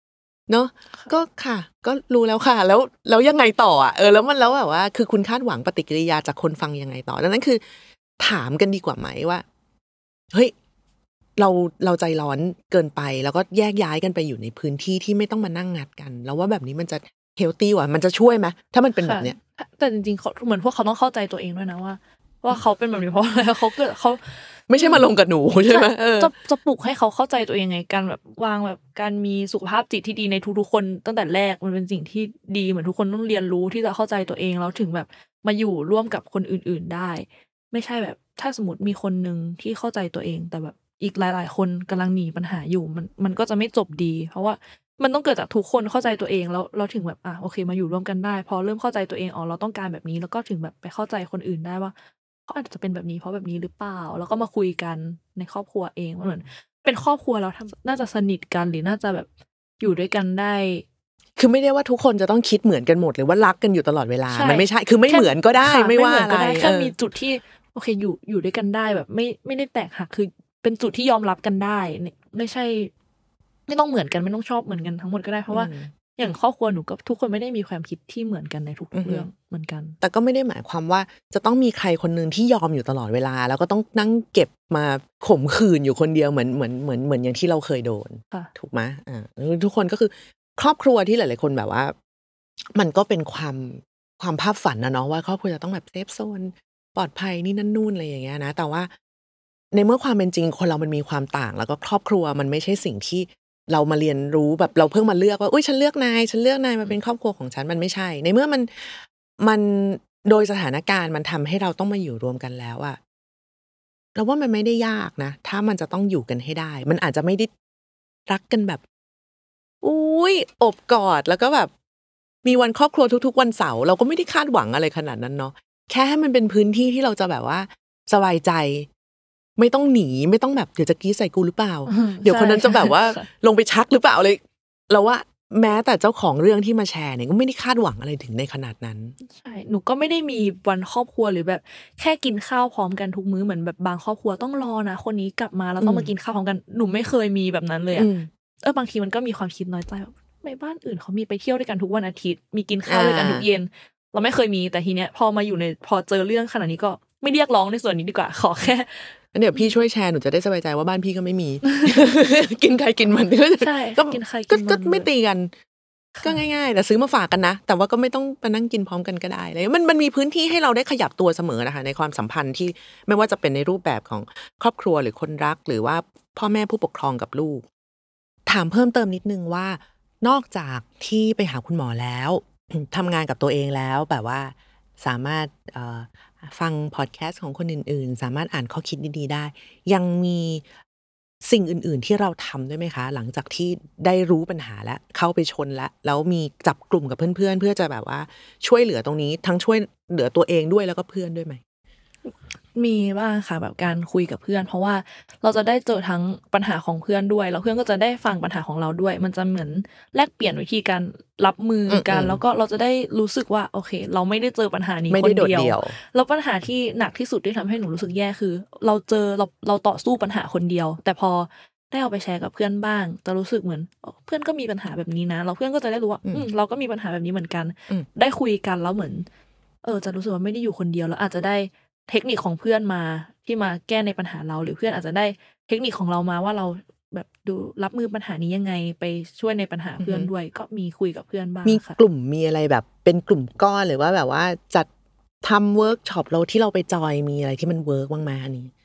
เนาะก็ค่ะก็รู้แล้วค่ะแล้วยังไงต่ออ่ะแล้วมันแล้วแบบว่าคือคุณคาดหวังปฏิกิริยาจากคนฟังยังไงต่อดังนั้นคือถามกันดีกว่าไหมว่าเฮ้ยเราใจร้อนเกินไปแล้วก็แยกย้ายกันไปอยู่ในพื้นที่ที่ไม่ต้องมานั่งงัดกันแล้วว่าแบบนี้มันจะเฮลตี้ว่ะมันจะช่วยไหมถ้ามันเป็นแบบเนี้ยแต่จริงๆเขาเหมือนพวกเขาต้องเข้าใจตัวเองด้วยนะว่าเขาเป็นแบบนี้เพราะอะไรเขาไม่ใช่มาลงกับหนูใช่ไหมจะปลุกให้เขาเข้าใจตัวเองไงการแบบวางแบบการมีสุขภาพจิตที่ดีในทุกๆคนตั้งแต่แรกมันเป็นสิ่งที่ดีเหมือนทุกคนต้องเรียนรู้ที่จะเข้าใจตัวเองแล้วถึงแบบมาอยู่ร่วมกับคนอื่นๆได้ไม่ใช่แบบถ้าสมมติมีคนนึงที่เข้าใจตัวเองแต่แบบอีกหลายๆคนกำลังหนีปัญหาอยู่มันก็จะไม่จบดีเพราะว่ามันต้องเกิดจากทุกคนเข้าใจตัวเองแล้วเราถึงแบบโอเคมาอยู่ร่วมกันได้พอเริ่มเข้าใจตัวเองเราต้องการแบบนี้แล้วก็ถึงแบบไปเข้าใจคนอื่นได้ว่าเขาอาจจะเป็นแบบนี้เพราะแบบนี้หรือเปล่าแล้วก็มาคุยกันในครอบครัวเองเหมือนเป็นครอบครัวแล้วน่าจะสนิทกันหรือน่าจะแบบอยู่ด้วยกันได้คือไม่ได้ว่าทุกคนจะต้องคิดเหมือนกันหมดหรือว่ารักกันอยู่ตลอดเวลามันไม่ใช่คือไม่เหมือนก็ได้ไม่ว่าอะไรแค่มีจุดที่โอเคอยู่ด้วยกันได้แบบไม่ได้แตกหักคือเป็นจุดที่ยอมรับกันได้ไม่ใช่ไม่ต้องเหมือนกันไม่ต้องชอบเหมือนกันทั้งหมดก็ได้เพราะว่าอย่างครอบครัวหนูก็ทุกคนไม่ได้มีความคิดที่เหมือนกันในทุกๆเรื่องเหมือนกันแต่ก็ไม่ได้หมายความว่าจะต้องมีใครคนนึงที่ยอมอยู่ตลอดเวลาแล้วก็ต้องนั่งเก็บมาข่มขืนอยู่คนเดียวเหมือนอย่างที่เราเคยโดนถูกไหมทุกคนก็คือครอบครัวที่หลายๆคนแบบว่ามันก็เป็นความภาพฝันนะเนาะว่าครอบครัวจะต้องแบบเซฟโซนปลอดภัยนี่นั่นนู่นอะไรอย่างเงี้ยนะแต่ว่าในเมื่อความเป็นจริงคนเรามันมีความต่างแล้วก็ครอบครัวมันไม่ใช่สิ่งที่เรามาเรียนรู้แบบเราเพิ่งมาเลือกว่าอุ้ยฉันเลือกนายมาเป็นครอบครัวของฉันมันไม่ใช่ในเมื่อมันโดยสถานการณ์มันทำให้เราต้องมาอยู่รวมกันแล้วอะเราว่ามันไม่ได้ยากนะถ้ามันจะต้องอยู่กันให้ได้มันอาจจะไม่ได้รักกันแบบอุ้ยอบกอดแล้วก็แบบมีวันครอบครัวทุกๆวันเสาร์เราก็ไม่ได้คาดหวังอะไรขนาดนั้นเนาะแค่ให้มันเป็นพื้นที่ที่เราจะแบบว่าสบายใจไม่ต้องหนีไม่ต้องแบบเดี๋ยวจะกรี๊ดใส่กูหรือเปล่าเดี๋ยวคนนั้นจะแบบว่าลงไปชักหรือเปล่าเลยเราว่าแม้แต่เจ้าของเรื่องที่มาแชร์เนี่ยก็ไม่ได้คาดหวังอะไรถึงในขนาดนั้นใช่หนูก็ไม่ได้มีวันครอบครัวหรือแบบแค่กินข้าวพร้อมกันทุกมื้อเหมือนแบบบางครอบครัวต้องรอนะคนนี้กลับมาแล้วต้องมากินข้าวพร้อมกันหนูไม่เคยมีแบบนั้นเลยบางทีมันก็มีความคิดน้อยใจแบบในบ้านอื่นเขามีไปเที่ยวด้วยกันทุกวันอาทิตย์มีกินข้าวด้วยกันทุกเย็นเราไม่เคยมีแต่ทีเนี้ยพอมาอยู่ในพอเจอเรื่องขนาดนี้ก็ไม่เรียกร้องในส่วนนี้ดีกว่าขอแค่เดี๋ยวพี่ช่วยแชร์หนูจะได้สบายใจว่าบ้านพี่ก็ไม่มี กินใครกินมันใช่ก็กินใครกินมันก็ไม่ตีกันก็ง่ายๆแต่ซื้อมาฝากกันนะแต่ว่าก็ไม่ต้องไปนั่งกินพร้อมกันก็ได้เลยมันมีพื้นที่ให้เราได้ขยับตัวเสมอนะคะในความสัมพันธ์ที่ไม่ว่าจะเป็นในรูปแบบของครอบครัวหรือคนรักหรือว่าพ่อแม่ผู้ปกครองกับลูกถามเพิ่มเติมนิดนึงว่านอกจากที่ไปหาคุณหมอแล้วทำงานกับตัวเองแล้วแบบว่าสามารถฟังพอดแคสต์ของคนอื่นๆสามารถอ่านข้อคิดดีๆได้ยังมีสิ่งอื่นๆที่เราทำด้วยไหมคะหลังจากที่ได้รู้ปัญหาแล้วเข้าไปชนแล้วมีจับกลุ่มกับเพื่อนๆเพื่อจะแบบว่าช่วยเหลือตรงนี้ทั้งช่วยเหลือตัวเองด้วยแล้วก็เพื่อนด้วยไหมมีบ้างค่ะแบบการคุยกับเพื่อนเพราะว่าเราจะได้เจอทั้งปัญหาของเพื่อนด้วยแล้วเพื่อนก็จะได้ฟังปัญหาของเราด้วยมันจะเหมือนแลกเปลี่ยนวิธีการรับมือกันแล้วก็เราจะได้รู้สึกว่าโอเคเราไม่ได้เจอปัญหานี้คนเดียวแล้วปัญหาที่หนักที่สุดที่ทำให้หนูรู้สึกแย่คือเราต่อสู้ปัญหาคนเดียวแต่พอได้เอาไปแชร์กับเพื่อนบ้างจะรู้สึกเหมือนเพื่อนก็มีปัญหาแบบนี้นะเราเพื่อนก็จะได้รู้ว่าเราก็มีปัญหาแบบนี้เหมือนกันได้คุยกันแล้วเหมือนจะรู้สึกว่าไม่ได้อยู่คนเดียวแล้วอาจจะได้เทคนิคของเพื่อนมาที่มาแก้ในปัญหาเราหรือเพื่อนอาจจะได้เทคนิคของเรามาว่าเราแบบดูรับมือปัญหานี้ยังไงไปช่วยในปัญหาเพื่อนด้วยก็มีคุยกับเพื่อนบ้างมีกลุ่มมีอะไรแบบเป็นกลุ่มก้อนหรือว่าแบบว่าจัดทำเวิร์กช็อปเราที่เราไปจอยมีอะไรที่มันเวิร์กบ้างไหมอันนี้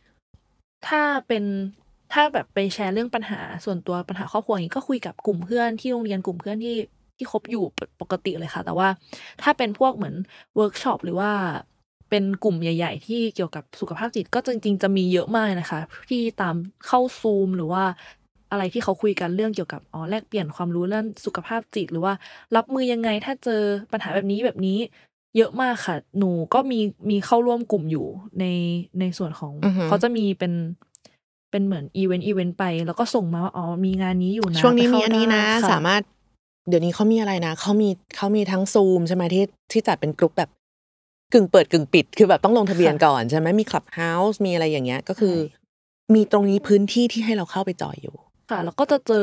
ถ้าแบบไปแชร์เรื่องปัญหาส่วนตัวปัญหาครอบครัวอย่างนี้ก็คุยกับกลุ่มเพื่อนที่โรงเรียนกลุ่มเพื่อนที่คบอยู่ปกติเลยค่ะแต่ว่าถ้าเป็นพวกเหมือนเวิร์กช็อปหรือว่าเป็นกลุ่มใหญ่ๆที่เกี่ยวกับสุขภาพจิตก็จริงๆจะมีเยอะมากนะคะที่ตามเข้าซูมหรือว่าอะไรที่เขาคุยกันเรื่องเกี่ยวกับแลกเปลี่ยนความรู้เรื่องสุขภาพจิตหรือว่ารับมือยังไงถ้าเจอปัญหาแบบนี้เยอะมากค่ะหนูก็มีเข้าร่วมกลุ่มอยู่ในส่วนของเขาจะมีเป็นเหมือนอีเวนต์ไปแล้วก็ส่งมาว่ามีงานนี้อยู่นะช่วงนี้มีอันนี้นะสามารถเดี๋ยวนี้เขามีอะไรนะเขามีทั้งซูมใช่ไหมที่จัดเป็นกลุ่มแบบกึ่งเปิดกึ่งปิดคือแบบต้องลงทะเบียนก่อนใช่ไหมมี Clubhouse มีอะไรอย่างเงี้ยก็คือมีตรงนี้พื้นที่ที่ให้เราเข้าไปจอยอยู่ค่ะแล้วก็จะเจอ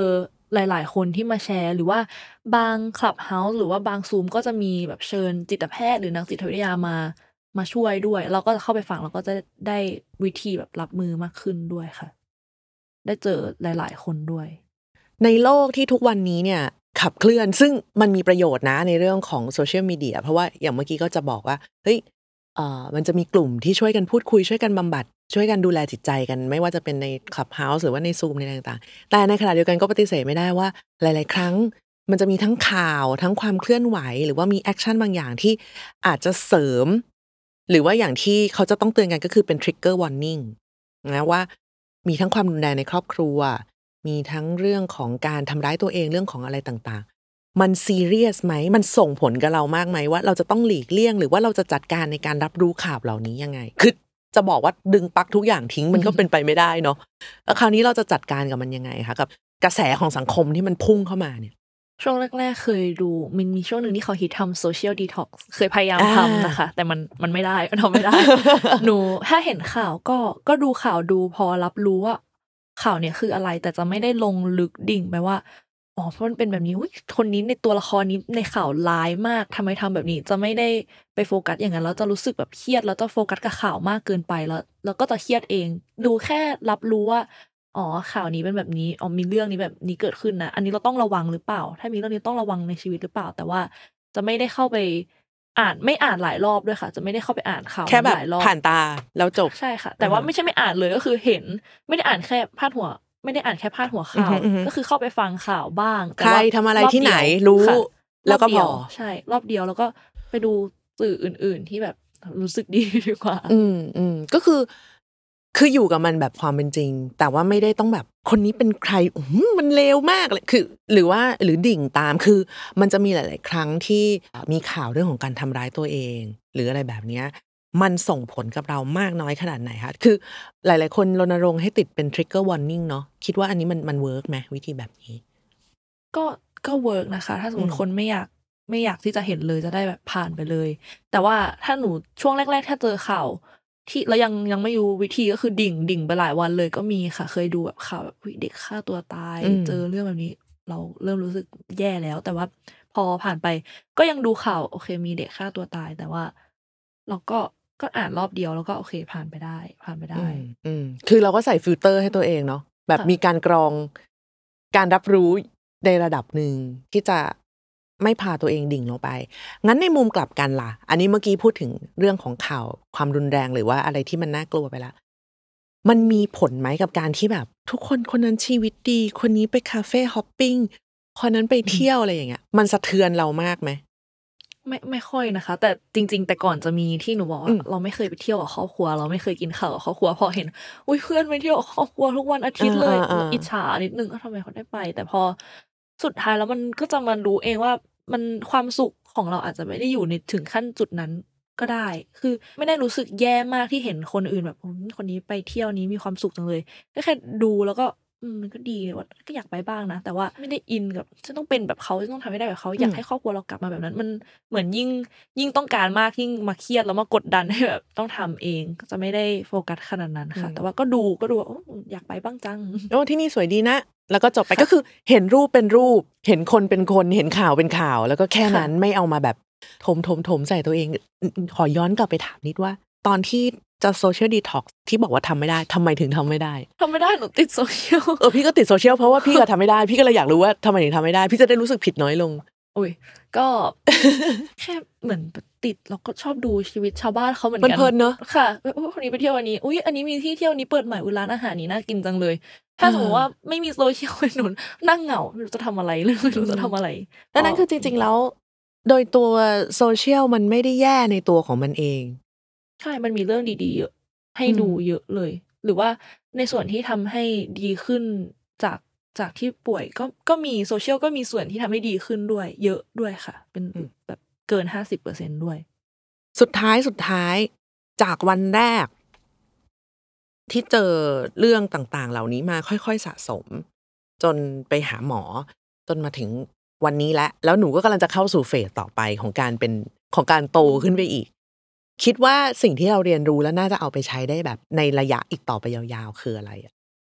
หลายๆคนที่มาแชร์หรือว่าบาง Clubhouse หรือว่าบาง Zoom ก็จะมีแบบเชิญจิตแพทย์หรือนักจิตวิทยามาช่วยด้วยเราก็จะเข้าไปฟังเราก็จะได้วิธีแบบรับมือมากขึ้นด้วยค่ะได้เจอหลายๆคนด้วยในโลกที่ทุกวันนี้เนี่ยขับเคลื่อนซึ่งมันมีประโยชน์นะในเรื่องของโซเชียลมีเดียเพราะว่าอย่างเมื่อกี้ก็จะบอกว่าเฮ้ยมันจะมีกลุ่มที่ช่วยกันพูดคุยช่วยกันบำบัดช่วยกันดูแลจิตใจกันไม่ว่าจะเป็นใน Clubhouse หรือว่าใน Zoom ในต่างๆแต่ในขณะเดียวกันก็ปฏิเสธไม่ได้ว่าหลายๆครั้งมันจะมีทั้งข่าวทั้งความเคลื่อนไหวหรือว่ามีแอคชั่นบางอย่างที่อาจจะเสริมหรือว่าอย่างที่เขาจะต้องเตือนกันก็คือเป็น trigger warning นะว่ามีทั้งความรุนแรงในครอบครัวมีทั้งเรื่องของการทำร้ายตัวเองเรื่องของอะไรต่างๆมันซีเรียสไหมมันส่งผลกับเรามากไหมว่าเราจะต้องหลีกเลี่ยงหรือว่าเราจะจัดการในการรับรู้ข่าวเหล่านี้ยังไงคือจะบอกว่าดึงปลั๊กทุกอย่างทิ้งมันก็เป็นไปไม่ได้เนาะแล้วคราวนี้เราจะจัดการกับมันยังไงคะกับกระแสของสังคมที่มันพุ่งเข้ามาเนี่ยช่วงแรกๆเคยดูมันมีช่วงหนึ่งที่เขาฮิตทำโซเชียลดีท็อกซ์เคยพยายามทำนะคะแต่มันไม่ได้ทำไม่ได้ หนูถ้าเห็นข่าวก็ดูข่าวดูพอรับรู้ว่าข่าวเนี่ยคืออะไรแต่จะไม่ได้ลงลึกดิ่งไปว่าอ๋อเพราะมันเป็นแบบนี้คนนี้ในตัวละครนี้ในข่าวร้ายมากทำไมทำแบบนี้จะไม่ได้ไปโฟกัสอย่างนั้นแล้วจะรู้สึกแบบเครียดแล้วจะโฟกัสกับข่าวมากเกินไปแล้วก็จะเครียดเองดูแค่รับรู้ว่าอ๋อข่าวนี้เป็นแบบนี้อ๋อมีเรื่องนี้แบบนี้เกิดขึ้นนะอันนี้เราต้องระวังหรือเปล่าถ้ามีเรื่องนี้ต้องระวังในชีวิตหรือเปล่าแต่ว่าจะไม่ได้เข้าไปไม่อ่านหลายรอบด้วยค่ะจะไม่ได้เข้าไปอ่านข่าวแค่แบบหลายรอบผ่านตาแล้วจบใช่ค่ะแต่ว่าไม่ใช่ไม่อ่านเลยก็คือเห็นไม่ได้อ่านแค่พาดหัวไม่ได้อ่านแค่พาดหัวข่าวก็คือเข้าไปฟังข่าวบ้างใครทำอะไรที่ไหนรู้แล้วก็พอใช่รอบเดียวแล้วก็ไปดูสื่ออื่นๆที่แบบรู้สึกดีดีกว่าก็คืออยู่กับมันแบบความเป็นจริงแต่ว่าไม่ได้ต้องแบบคนนี้เป็นใครมันเลวมากเลยคือหรือดิ่งตามคือมันจะมีหลายๆครั้งที่มีข่าวเรื่องของการทำร้ายตัวเองหรืออะไรแบบเนี้ยมันส่งผลกับเรามากน้อยขนาดไหนคะคือหลายๆคนรณรงค์ให้ติดเป็น trigger warning เนาะคิดว่าอันนี้มันเวิร์กไหมวิธีแบบนี้ก็เวิร์กนะคะถ้าสมมติคนไม่อยากที่จะเห็นเลยจะได้แบบผ่านไปเลยแต่ว่าถ้าหนูช่วงแรกๆถ้าเจอข่าวที่แล้วยังไม่รู้วิธีก็คือดิ่งไปหลายวันเลยก็มีค่ะเคยดูแบบข่าวแบบเด็กฆ่าตัวตายเจอเรื่องแบบนี้เราเริ่มรู้สึกแย่แล้วแต่ว่าพอผ่านไปก็ยังดูข่าวโอเคมีเด็กฆ่าตัวตายแต่ว่าเราก็อ่านรอบเดียวแล้วก็โอเคผ่านไปได้คือเราก็ใส่ฟิลเตอร์ให้ตัวเองเนาะแบบมีการกรองการรับรู้ในระดับหนึ่งที่จะไม่พาตัวเองดิ่งลงไปงั้นในมุมกลับกันล่ะอันนี้เมื่อกี้พูดถึงเรื่องของข่าวความรุนแรงหรือว่าอะไรที่มันน่ากลัวไปละมันมีผลไหมกับการที่แบบทุกคนนั้นชีวิตดีคนนี้ไปคาเฟ่ฮอปปิ้งคนนั้นไปเที่ยวอะไรอย่างเงี้ยมันสะเทือนเรามากไหมไม่ค่อยนะคะแต่จริงๆแต่ก่อนจะมีที่หนูบอกว่าเราไม่เคยไปเที่ยวกับครอบครัวเราไม่เคยกินข้าวกับครอบครัวพอเห็นอุ้ยเพื่อนไปเที่ยวกับครอบครัวทุกวันอาทิตย์เลยอิจฉานิดนึงทำไมเขาได้ไปแต่พอสุดท้ายแล้วมันก็จะมารู้เองว่ามันความสุขของเราอาจจะไม่ได้อยู่ในถึงขั้นจุดนั้นก็ได้คือไม่ได้รู้สึกแย่มากที่เห็นคนอื่นแบบคนนี้ไปเที่ยวนี้มีความสุขจังเลยก็แค่ดูแล้วก็มันก็ดีว่าก็อยากไปบ้างนะแต่ว่าไม่ได้อินกับจะต้องเป็นแบบเขาจะต้องทำให้ได้แบบเขาอยากให้ครอบครัวเรากลับมาแบบนั้นมันเหมือนยิ่งต้องการมากยิ่งมาเครียดแล้วมากดดันให้แบบต้องทำเองก็จะไม่ได้โฟกัสขนาดนั้นค่ะแต่ว่าก็ดูอยากไปบ้างจังที่นี่สวยดีนะแล้วก็จบไปก็คือเห็นรูปเป็นรูปเห็นคนเป็นคนเห็นข่าวเป็นข่าวแล้วก็แค่นั้นไม่เอามาแบบถมใส่ตัวเองขอย้อนกลับไปถามนิดว่าตอนที่จะโซเชียลดีท็อกซ์ที่บอกว่าทำไม่ได้ทำไมถึงทำไม่ได้หนูติดโซเชียลพี่ก็ติดโซเชียลเพราะว่าพี่ก็ทำไม่ได้พี่ก็เลยอยากรู้ว่าทำไมถึงทำไม่ได้พี่จะได้รู้สึกผิดน้อยลงก็ แค่เหมือนติดเราก็ชอบดูชีวิตชาวบ้านเขาเหมือนกันเพลินเนอะค่ะคนนี้ไปเที่ยวอันนี้อันนี้มีที่เที่ยวนี้เปิดใหม่ร้านอาหารนี้น่ากินจังเลยถ้าสมมติว่าไม่มีโซเชียลหนุนนั่งเหงาไม่รู้จะทำอะไรไม่รู้จะทำอะไรดังนั้นคือจริงๆแล้วโดยตัวโซเชียลมันไม่ได้แย่ในตัวของมันเองใช่มันมีเรื่องดีๆเยอะให้ดูเยอะเลยหรือว่าในส่วนที่ทำให้ดีขึ้นจากที่ป่วยก็มีโซเชียลก็มีส่วนที่ทำให้ดีขึ้นด้วยเยอะด้วยค่ะเป็นแบบเกิน 50% ด้วยสุดท้ายจากวันแรกที่เจอเรื่องต่างๆเหล่านี้มาค่อยๆสะสมจนไปหาหมอจนมาถึงวันนี้แล้วหนูก็กำลังจะเข้าสู่เฟสต่อไปของการโตขึ้นไปอีกคิดว่าสิ่งที่เราเรียนรู้แล้วน่าจะเอาไปใช้ได้แบบในระยะอีกต่อไปยาวๆคืออะไร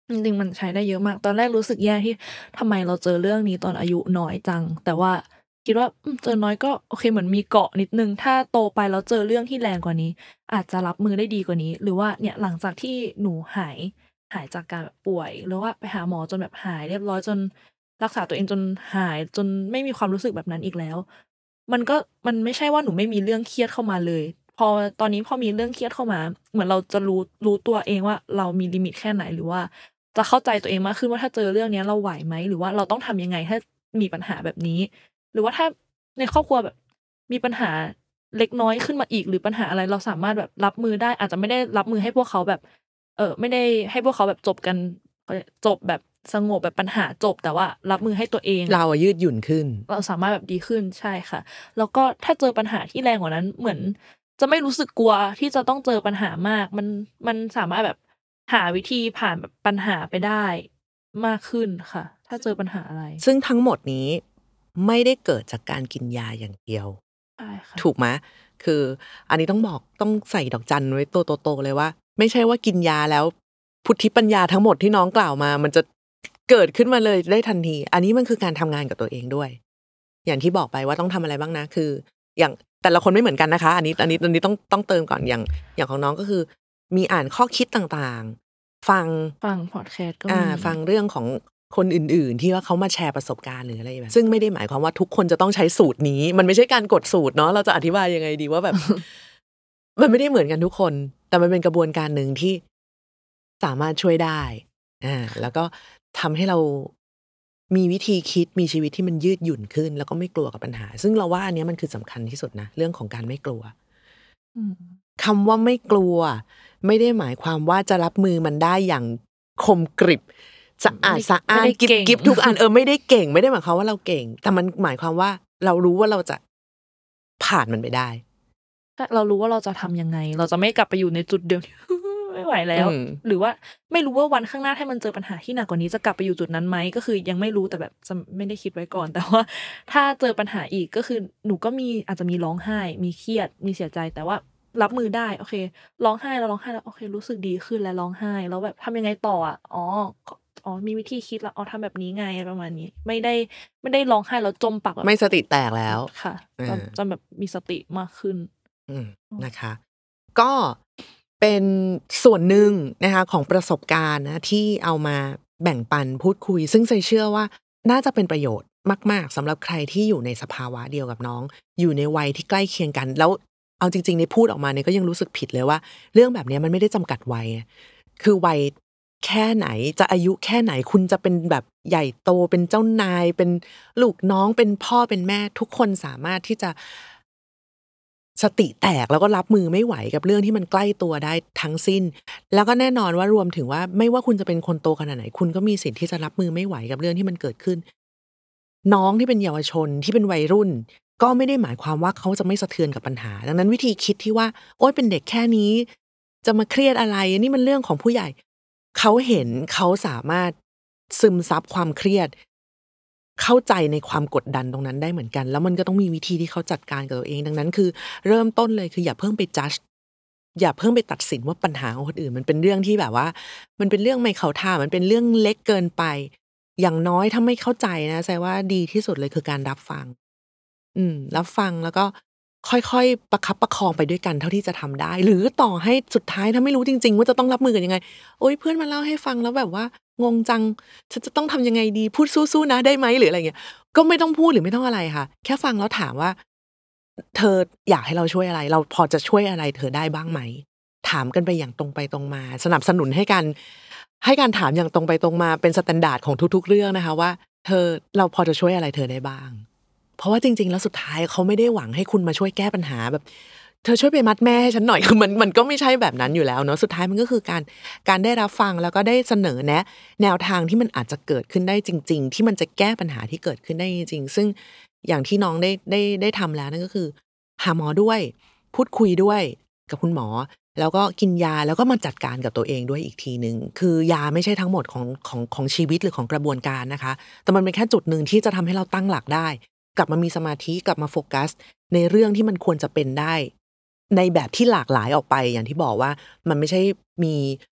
จริงๆมันใช้ได้เยอะมากตอนแรกรู้สึกแย่ที่ทำไมเราเจอเรื่องนี้ตอนอายุน้อยจังแต่ว่าคิดว่าเจอน้อยก็โอเคเหมือนมีเกราะนิดนึงถ้าโตไปแล้วเจอเรื่องที่แรงกว่านี้อาจจะรับมือได้ดีกว่านี้หรือว่าเนี่ยหลังจากที่หนูหายจากการแบบป่วยหรือว่าไปหาหมอจนแบบหายเรียบร้อยจนรักษาตัวเองจนหายจนไม่มีความรู้สึกแบบนั้นอีกแล้วมันไม่ใช่ว่าหนูไม่มีเรื่องเครียดเข้ามาเลยพอตอนนี้พอมีเรื่องเครียดเข้ามาเหมือนเราจะรู้ตัวเองว่าเรามีลิมิตแค่ไหนหรือว่าจะเข้าใจตัวเองมากขึ้นว่าถ้าเจอเรื่องเนี้ยเราไหวไหมหรือว่าเราต้องทำยังไงถ้ามีปัญหาแบบนี้หรือว่าถ้าในครอบครัวแบบมีปัญหาเล็กน้อยขึ้นมาอีกหรือปัญหาอะไรเราสามารถแบบรับมือได้อาจจะไม่ได้รับมือให้พวกเขาแบบไม่ได้ให้พวกเขาแบบจบกันจบแบบสงบแบบปัญหาจบแต่ว่ารับมือให้ตัวเองเรายืดหยุ่นขึ้นเราสามารถแบบดีขึ้นใช่ค่ะแล้วก็ถ้าเจอปัญหาที่แรงกว่านั้นเหมือนจะไม่รู้สึกกลัวที่จะต้องเจอปัญหามากมันสามารถแบบหาวิธีผ่านแบบปัญหาไปได้มากขึ้นค่ะถ้าเจอปัญหาอะไรซึ่งทั้งหมดนี้ไม่ได้เกิดจากการกินยาอย่างเดียวใช่ค่ะถูกไหมคืออันนี้ต้องใส่ดอกจันไว้ตัวโตๆเลยว่าไม่ใช่ว่ากินยาแล้วพุทธิปัญญาทั้งหมดที่น้องกล่าวมามันจะเกิดขึ้นมาเลยได้ทันทีอันนี้มันคือการทำงานกับตัวเองด้วยอย่างที่บอกไปว่าต้องทำอะไรบ้างนะคืออย่างแต่ละคนไม่เหมือนกันนะคะอันนี้ต้องเติมก่อนอย่างของน้องก็คือมีอ่านข้อคิดต่างๆฟังพอดแคสต์ก็มีฟังเรื่องของคนอื่นๆที่ว่าเขามาแชร์ประสบการณ์หรืออะไรแบบซึ่งไม่ได้หมายความว่าทุกคนจะต้องใช้สูตรนี้มันไม่ใช่การกดสูตรเนาะเราจะอธิบายยังไงดีว่าแบบ มันไม่ได้เหมือนกันทุกคนแต่มันเป็นกระบวนการหนึ่งที่สามารถช่วยได้แล้วก็ทำให้เรามีวิธีคิดมีชีวิตที่มันยืดหยุ่นขึ้นแล้วก็ไม่กลัวกับปัญหาซึ่งเราว่าอันนี้มันคือสำคัญที่สุดนะเรื่องของการไม่กลัวคำว่าไม่กลัวไม่ได้หมายความว่าจะรับมือมันได้อย่างคมกริบสะอาดสะอ้านกิ๊บทุกอันไม่ได้เก่งไม่ได้หมายความว่าเราเก่งแต่มันหมายความว่าเรารู้ว่าเราจะผ่านมันไปได้เรารู้ว่าเราจะทำยังไงเราจะไม่กลับไปอยู่ในจุดเดิม ไม่ไหวแล้วหรือว่าไม่รู้ว่าวันข้างหน้าถ้ามันเจอปัญหาที่หนักกว่านี้จะกลับไปอยู่จุดนั้นไหมก็คือยังไม่รู้แต่แบบจะไม่ได้คิดไว้ก่อนแต่ว่าถ้าเจอปัญหาอีกก็คือหนูก็อาจจะมีร้องไห้มีเครียดมีเสียใจแต่ว่ารับมือได้โอเคร้องไห้แล้วโอเครู้สึกดีขึ้นแล้วร้องไห้แล้วแบบทำยังไงต่ออ่ะมีวิธีคิดแล้วทำแบบนี้ไงประมาณนี้ไม่ได้ร้องไห้แล้วจมปักไม่สติแตกแล้วค่ะจะแบบมีสติมากขึ้นนะคะก็เป็นส่วนหนึ่งนะคะของประสบการณ์นะที่เอามาแบ่งปันพูดคุยซึ่งใจเชื่อว่าน่าจะเป็นประโยชน์มากๆสำหรับใครที่อยู่ในสภาวะเดียวกับน้องอยู่ในวัยที่ใกล้เคียงกันแล้วเอาจริงๆในพูดออกมาเนี่ยก็ยังรู้สึกผิดเลยว่าเรื่องแบบนี้มันไม่ได้จำกัดวัยคือวัยแค่ไหนจะอายุแค่ไหนคุณจะเป็นแบบใหญ่โตเป็นเจ้านายเป็นลูกน้องเป็นพ่อเป็นแม่ทุกคนสามารถที่จะสติแตกแล้วก็รับมือไม่ไหวกับเรื่องที่มันใกล้ตัวได้ทั้งสิ้นแล้วก็แน่นอนว่ารวมถึงว่าไม่ว่าคุณจะเป็นคนโตขนาดไหนคุณก็มีสิทธิ์ที่จะรับมือไม่ไหวกับเรื่องที่มันเกิดขึ้นน้องที่เป็นเยาวชนที่เป็นวัยรุ่นก็ไม่ได้หมายความว่าเขาจะไม่สะเทือนกับปัญหาดังนั้นวิธีคิดที่ว่าโอ๊ยเป็นเด็กแค่นี้จะมาเครียดอะไรนี่มันเรื่องของผู้ใหญ่เขาเห็นเขาสามารถซึมซับความเครียดเข้าใจในความกดดันตรงนั้นได้เหมือนกันแล้วมันก็ต้องมีวิธีที่เขาจัดการกับตัวเองดังนั้นคือเริ่มต้นเลยคืออย่าเพิ่งไปจัดอย่าเพิ่งไปตัดสินว่าปัญหาของคนอื่นมันเป็นเรื่องที่แบบว่ามันเป็นเรื่องไม่เข้าท่ามันเป็นเรื่องเล็กเกินไปอย่างน้อยถ้าไม่เข้าใจนะแสดงว่าดีที่สุดเลยคือการรับฟังรับฟังแล้วก็ค่อยๆประคับประคองไปด้วยกันเท่าที่จะทำได้หรือต่อให้สุดท้ายถ้าไม่รู้จริงๆว่าจะต้องรับมือกันยังไงโอ๊ยเพื่อนมาเล่าให้ฟังแล้วแบบว่างงจังฉันจะต้องทำยังไงดีพูดสู้ๆนะได้ไหมหรืออะไรเงี้ยก็ไม่ต้องพูดหรือไม่ต้องอะไรค่ะแค่ฟังแล้วถามว่าเธออยากให้เราช่วยอะไรเราพอจะช่วยอะไรเธอได้บ้างไหมถามกันไปอย่างตรงไปตรงมาสนับสนุนให้การถามอย่างตรงไปตรงมาเป็นสแตนดาร์ดของทุกๆเรื่องนะคะว่าเราพอจะช่วยอะไรเธอได้บ้างเพราะว่าจริงๆแล้วสุดท้ายเขาไม่ได้หวังให้คุณมาช่วยแก้ปัญหาแบบเธอช่วยไปมัดแม่ให้ฉันหน่อยคือมันก็ไม่ใช่แบบนั้นอยู่แล้วเนาะสุดท้ายมันก็คือการได้รับฟังแล้วก็ได้เสนอแนวทางที่มันอาจจะเกิดขึ้นได้จริงๆที่มันจะแก้ปัญหาที่เกิดขึ้นได้จริงๆซึ่งอย่างที่น้องได้ทำแล้วนั่นก็คือหาหมอด้วยพูดคุยด้วยกับคุณหมอแล้วก็กินยาแล้วก็มาจัดการกับตัวเองด้วยอีกทีนึงคือยาไม่ใช่ทั้งหมดของชีวิตหรือของกระบวนการนะคะแต่มันเป็นแค่จุดนึงที่จะทำให้เราตั้งหลักได้กลับมามีสมาธิกลับมาโฟกัสในเรื่องที่มันควรจะเป็นได้ในแบบที่หลากหลายออกไปอย่างที่บอกว่ามันไม่ใช่มี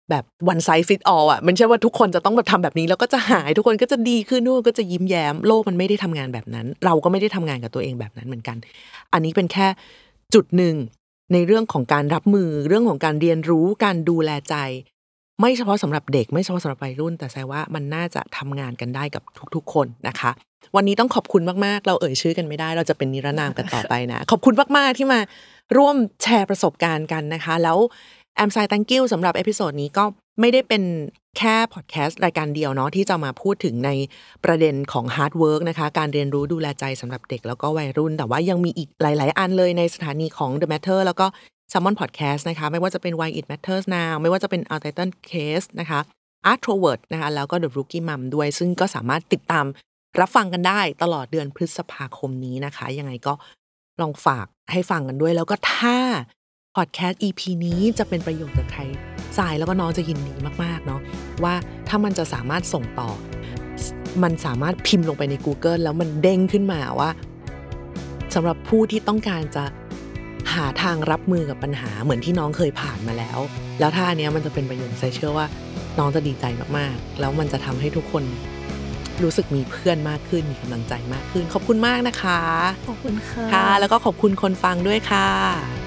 แบบ one size fit all อ่ะมันใช่ว่าทุกคนจะต้องแบบทำแบบนี้แล้วก็จะหายทุกคนก็จะดีขึ้นทุกคนก็จะยิ้มแย้มโลกมันไม่ได้ทำงานแบบนั้นเราก็ไม่ได้ทำงานกับตัวเองแบบนั้นเหมือนกันอันนี้เป็นแค่จุดหนึ่งในเรื่องของการรับมือเรื่องของการเรียนรู้การดูแลใจไม่เฉพาะสำหรับเด็กไม่เฉพาะสำหรับวัยรุ่นแต่แสดงว่ามันน่าจะทำงานกันได้กับทุกๆคนนะคะวันนี้ต้องขอบคุณมากๆเราเอ่ยชื่อกันไม่ได้เราจะเป็นนิรนามกันต่อไปนะขอบคุณมากๆที่มาร่วมแชร์ประสบการณ์กันนะคะแล้วแอมไซ thank you สำหรับเอพิโซดนี้ก็ไม่ได้เป็นแค่พอดแคสต์รายการเดียวเนาะที่จะมาพูดถึงในประเด็นของ hard work นะคะการเรียนรู้ดูแลใจสำหรับเด็กแล้วก็วัยรุ่นแต่ว่ายังมีอีกหลายๆอันเลยในสถานีของ The Matter แล้วก็ Salmon Podcast นะคะไม่ว่าจะเป็น Why It Matters Now ไม่ว่าจะเป็น Untitled Case นะคะ Artrovert นะคะแล้วก็ The Rookie Mom ด้วยซึ่งก็สามารถติดตามรับฟังกันได้ตลอดเดือนพฤษภาคมนี้นะคะยังไงก็ลองฝากให้ฟังกันด้วยแล้วก็ถ้าพอดแคสต์ EP นี้จะเป็นประโยชน์กับใครทรายแล้วก็น้องจะยินดีมากๆเนาะว่าถ้ามันจะสามารถส่งต่อมันสามารถพิมพ์ลงไปใน Google แล้วมันเด้งขึ้นมาว่าสำหรับผู้ที่ต้องการจะหาทางรับมือกับปัญหาเหมือนที่น้องเคยผ่านมาแล้วถ้าอันเนี้ยมันจะเป็นประโยชน์ทรายเชื่อว่าน้องจะดีใจมากๆแล้วมันจะทำให้ทุกคนรู้สึกมีเพื่อนมากขึ้นมีกำลังใจมากขึ้นขอบคุณมากนะคะขอบคุณค่ะค่ะแล้วก็ขอบคุณคนฟังด้วยค่ะ